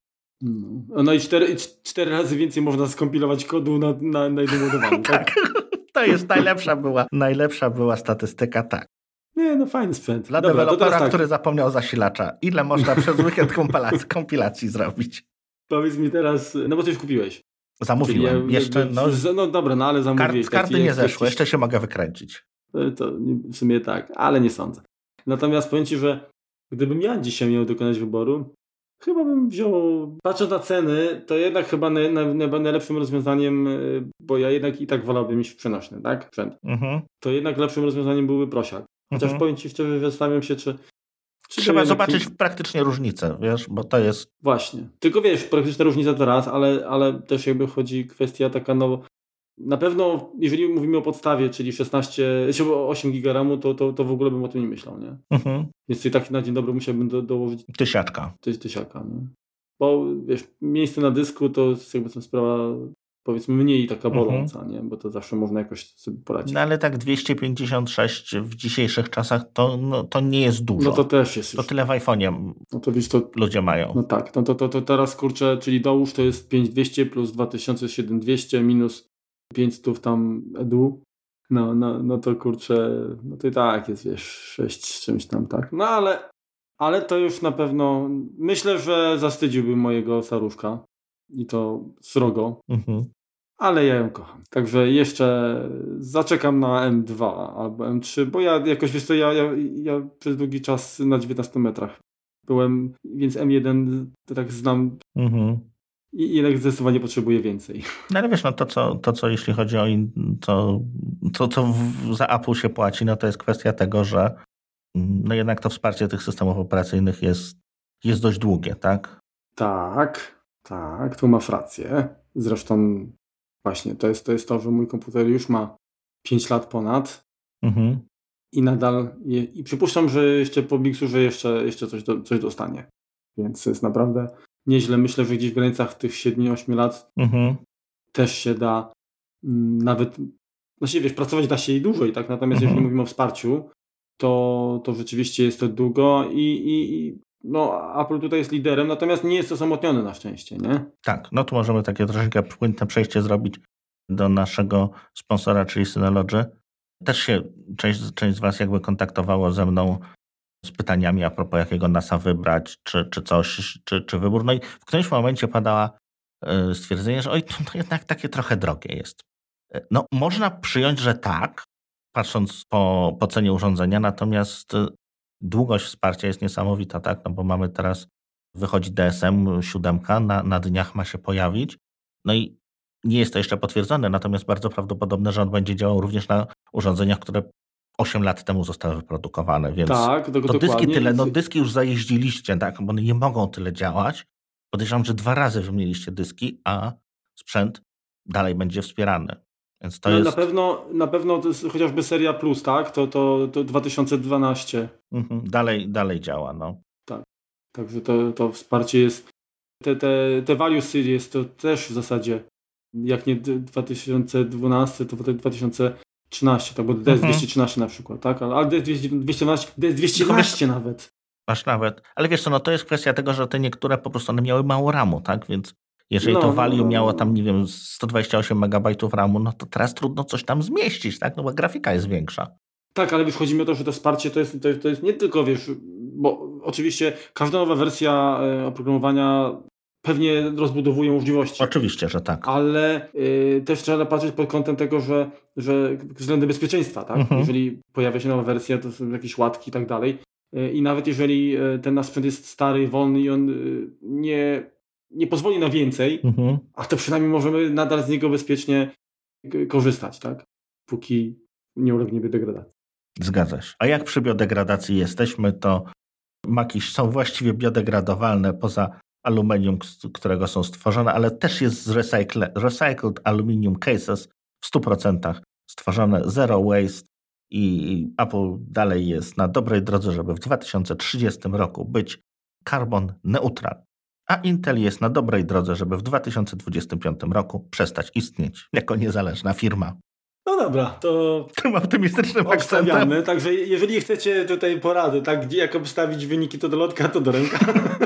No, no i cztery, cztery razy więcej można skompilować kodu na, na, na jednym ładowaniu. Tak. To jest najlepsza była, najlepsza była statystyka, tak. Nie, no fajny sprzęt. Dla Dobra, dewelopera, tak. który zapomniał zasilacza. Ile można przez weekend kompilacji, kompilacji zrobić? Powiedz mi teraz, no bo ty już kupiłeś. Zamówiłem. Ja, jeszcze, no, no dobra, no ale zamówiłeś. Kart, karty nie zeszły, jeszcze się mogę wykręcić. To w sumie tak, ale nie sądzę. Natomiast powiem ci, że gdybym ja dzisiaj miał dokonać wyboru, Chyba bym wziął, patrząc na ceny, to jednak chyba naj, naj, naj, najlepszym rozwiązaniem, bo ja jednak i tak wolałbym mieć przenośny, tak? Sprzęt. Mhm. To jednak lepszym rozwiązaniem byłby prosiak. Chociaż Mhm. powiem ci szczerze, że zastanawiam się, czy... czy Trzeba jednak... zobaczyć praktycznie różnicę, wiesz, bo to jest... Właśnie. Tylko wiesz, praktyczna różnica to raz, ale, ale też jakby chodzi kwestia taka, no... Na pewno, jeżeli mówimy o podstawie, czyli szesnaście, osiem giga ramu, to, to, to w ogóle bym o tym nie myślał, nie? Mhm. Więc i tak na dzień dobry musiałbym do, dołożyć... Tysiaczka. Ty, tysiaka, nie? Bo wiesz, miejsce na dysku to jest jakby ta sprawa, powiedzmy, mniej taka boląca, mhm. nie? Bo to zawsze można jakoś sobie poradzić. No ale tak dwieście pięćdziesiąt sześć w dzisiejszych czasach to, no, to nie jest dużo. No to też jest To już. tyle w iPhone'ie no to, wiesz, to ludzie mają. No tak, no to, to, to teraz kurczę, czyli dołóż to jest pięć tysięcy dwieście plus dwa tysiące siedem tysięcy dwieście minus pięćset tam edu. No, no, no to kurczę, no to i tak jest, wiesz, sześć z czymś tam, tak? No ale, ale to już na pewno, myślę, że zawstydziłbym mojego staruszka i to srogo, Mhm. ale ja ją kocham. Także jeszcze zaczekam na M dwa albo M trzy, bo ja jakoś, wiesz co, ja, ja, ja przez długi czas na dziewiętnastu metrach byłem, więc M jeden to tak znam Mhm. i jednak zdecydowanie potrzebuję więcej. No ale wiesz, no to co, to, co jeśli chodzi o in, to, to, co w, za Apple się płaci, no to jest kwestia tego, że no jednak to wsparcie tych systemów operacyjnych jest, jest dość długie, tak? Tak, tak, tu masz rację. Zresztą właśnie to jest to, jest to że mój komputer już ma pięć lat ponad Mhm. i nadal, je, i przypuszczam, że jeszcze po Bixurze jeszcze, jeszcze coś, do, coś dostanie. Więc jest naprawdę nieźle. Myślę, że gdzieś w granicach tych siedmiu ośmiu lat Mhm. też się da m, nawet, znaczy wiesz, pracować da się i dłużej, tak? Natomiast Mhm. jeżeli mówimy o wsparciu, to, to rzeczywiście jest to długo i, i, i no, Apple tutaj jest liderem, natomiast nie jest osamotniony na szczęście, nie? Tak, no tu możemy takie troszeczkę płynne przejście zrobić do naszego sponsora, czyli Synology. Też się część, część z was jakby kontaktowało ze mną z pytaniami a propos jakiego NASA wybrać, czy, czy coś, czy, czy wybór. No i w którymś momencie padała y, stwierdzenie, że oj, to, to jednak takie trochę drogie jest. No można przyjąć, że tak, patrząc po, po cenie urządzenia, natomiast długość wsparcia jest niesamowita, tak? No bo mamy teraz, wychodzi D S M siedem, na, na dniach ma się pojawić. No i nie jest to jeszcze potwierdzone, natomiast bardzo prawdopodobne, że on będzie działał również na urządzeniach, które osiem lat temu zostały wyprodukowane, więc tak, to, to dyski tyle, no dyski już zajeździliście, tak? Bo one nie mogą tyle działać. Podejrzewam, że dwa razy wymieniliście dyski, a sprzęt dalej będzie wspierany. Więc to no, jest... Na pewno, na pewno to jest chociażby seria Plus, tak? To, to, to dwa tysiące dwanaście. Mhm, dalej, dalej działa, no. Tak. Także to, to wsparcie jest, te, te, te Value Series to też w zasadzie, jak nie dwa tysiące dwunasty, to dwa tysiące trzynaście, tak? Bo D S dwieście trzynaście na przykład, tak? Ale D S dwieście dwanaście, D S dwieście jedenaście nawet. Masz nawet. Ale wiesz co, no to jest kwestia tego, że te niektóre po prostu one miały mało ramu, tak? Więc jeżeli no, to Value no, no, miało no. tam, nie wiem, sto dwadzieścia osiem megabajtów ramu, no to teraz trudno coś tam zmieścić, tak? No bo grafika jest większa. Tak, ale wiesz, chodzi mi o to, że to wsparcie to jest, to jest, to jest nie tylko, wiesz, bo oczywiście każda nowa wersja e, oprogramowania pewnie rozbudowuje możliwości. Oczywiście, że tak. Ale y, też trzeba patrzeć pod kątem tego, że, że względem bezpieczeństwa, tak? Mhm. Jeżeli pojawia się nowa wersja, to są jakieś łatki i tak dalej. Y, I nawet jeżeli y, ten nasz sprzęt jest stary, wolny i on y, nie, nie pozwoli na więcej, Mhm. a to przynajmniej możemy nadal z niego bezpiecznie k- korzystać, tak? Póki nie ulegnie degradacji. Zgadza się. A jak przy biodegradacji jesteśmy, to Maki są właściwie biodegradowalne poza aluminium, z którego są stworzone, ale też jest z recycle, recycled aluminium cases w stu procentach stworzone, zero waste i Apple dalej jest na dobrej drodze, żeby w dwa tysiące trzydziestym roku być carbon neutral, a Intel jest na dobrej drodze, żeby w dwa tysiące dwudziestym piątym roku przestać istnieć jako niezależna firma. No dobra, to Tym optymistycznym akcentem. obstawiamy. Także jeżeli chcecie tutaj porady, tak, gdzie jak obstawić wyniki, to do lotka, to do ręka.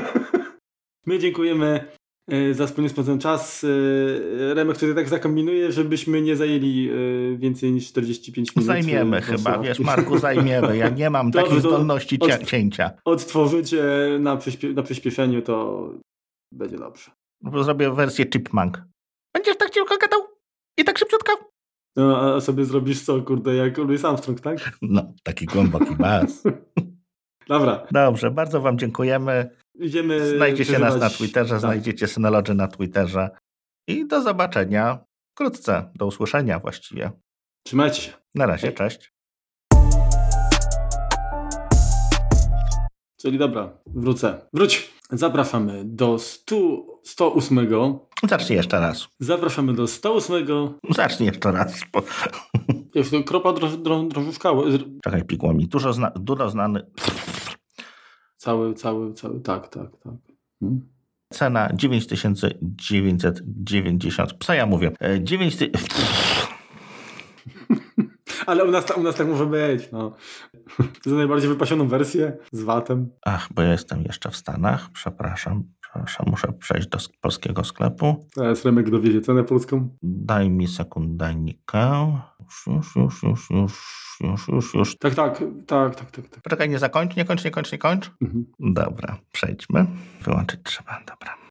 My dziękujemy y, za wspólnie spędzony czas. Y, Remek tutaj tak zakombinuje, żebyśmy nie zajęli y, więcej niż czterdzieści pięć minut. Zajmiemy y, chyba, wiesz, Marku, zajmiemy. Ja nie mam Dobrze, takiej to zdolności cia- od- cięcia. Odtworzycie na, przyspie- na przyspieszeniu, to będzie dobrze. Bo zrobię wersję Chipmunk. Będziesz tak cicho gadał? I tak szybciutko? No, a sobie zrobisz co, kurde, jak Louis Armstrong, tak? No, taki głęboki bas. Dobra. Dobrze, bardzo wam dziękujemy. Idziemy Znajdziecie nas na Twitterze, tak. znajdziecie Synology na Twitterze i do zobaczenia wkrótce. Do usłyszenia właściwie. Trzymajcie się. Na razie, Hej. cześć. Czyli dobra, wrócę. Wróć. Zapraszamy do stu, sto ósmego. Zacznij jeszcze raz. Zapraszamy do sto ósmego. Zacznij jeszcze raz. Już to kropa droż, droż, drożdżówka. Czekaj, pikło mi. Dużo, zna, dużo znany. Cały, cały, cały. Tak, tak, tak. Hmm. Cena dziewięć tysięcy dziewięćset dziewięćdziesiąt. Co ja mówię? dziewięć tysięcy... Ale u nas, u nas tak może być. No. Za najbardziej wypasioną wersję z vatem. Ach, bo ja jestem jeszcze w Stanach. Przepraszam. Przepraszam, muszę przejść do polskiego sklepu. Teraz Remek dowiezie cenę polską. Daj mi sekundajnikę. Już, już, już, już, już, już, już. Tak, tak, tak, tak, tak. tak. Poczekaj, nie zakończ, nie kończ, nie kończ, nie kończ. Mhm. Dobra, przejdźmy. Wyłączyć trzeba, dobra.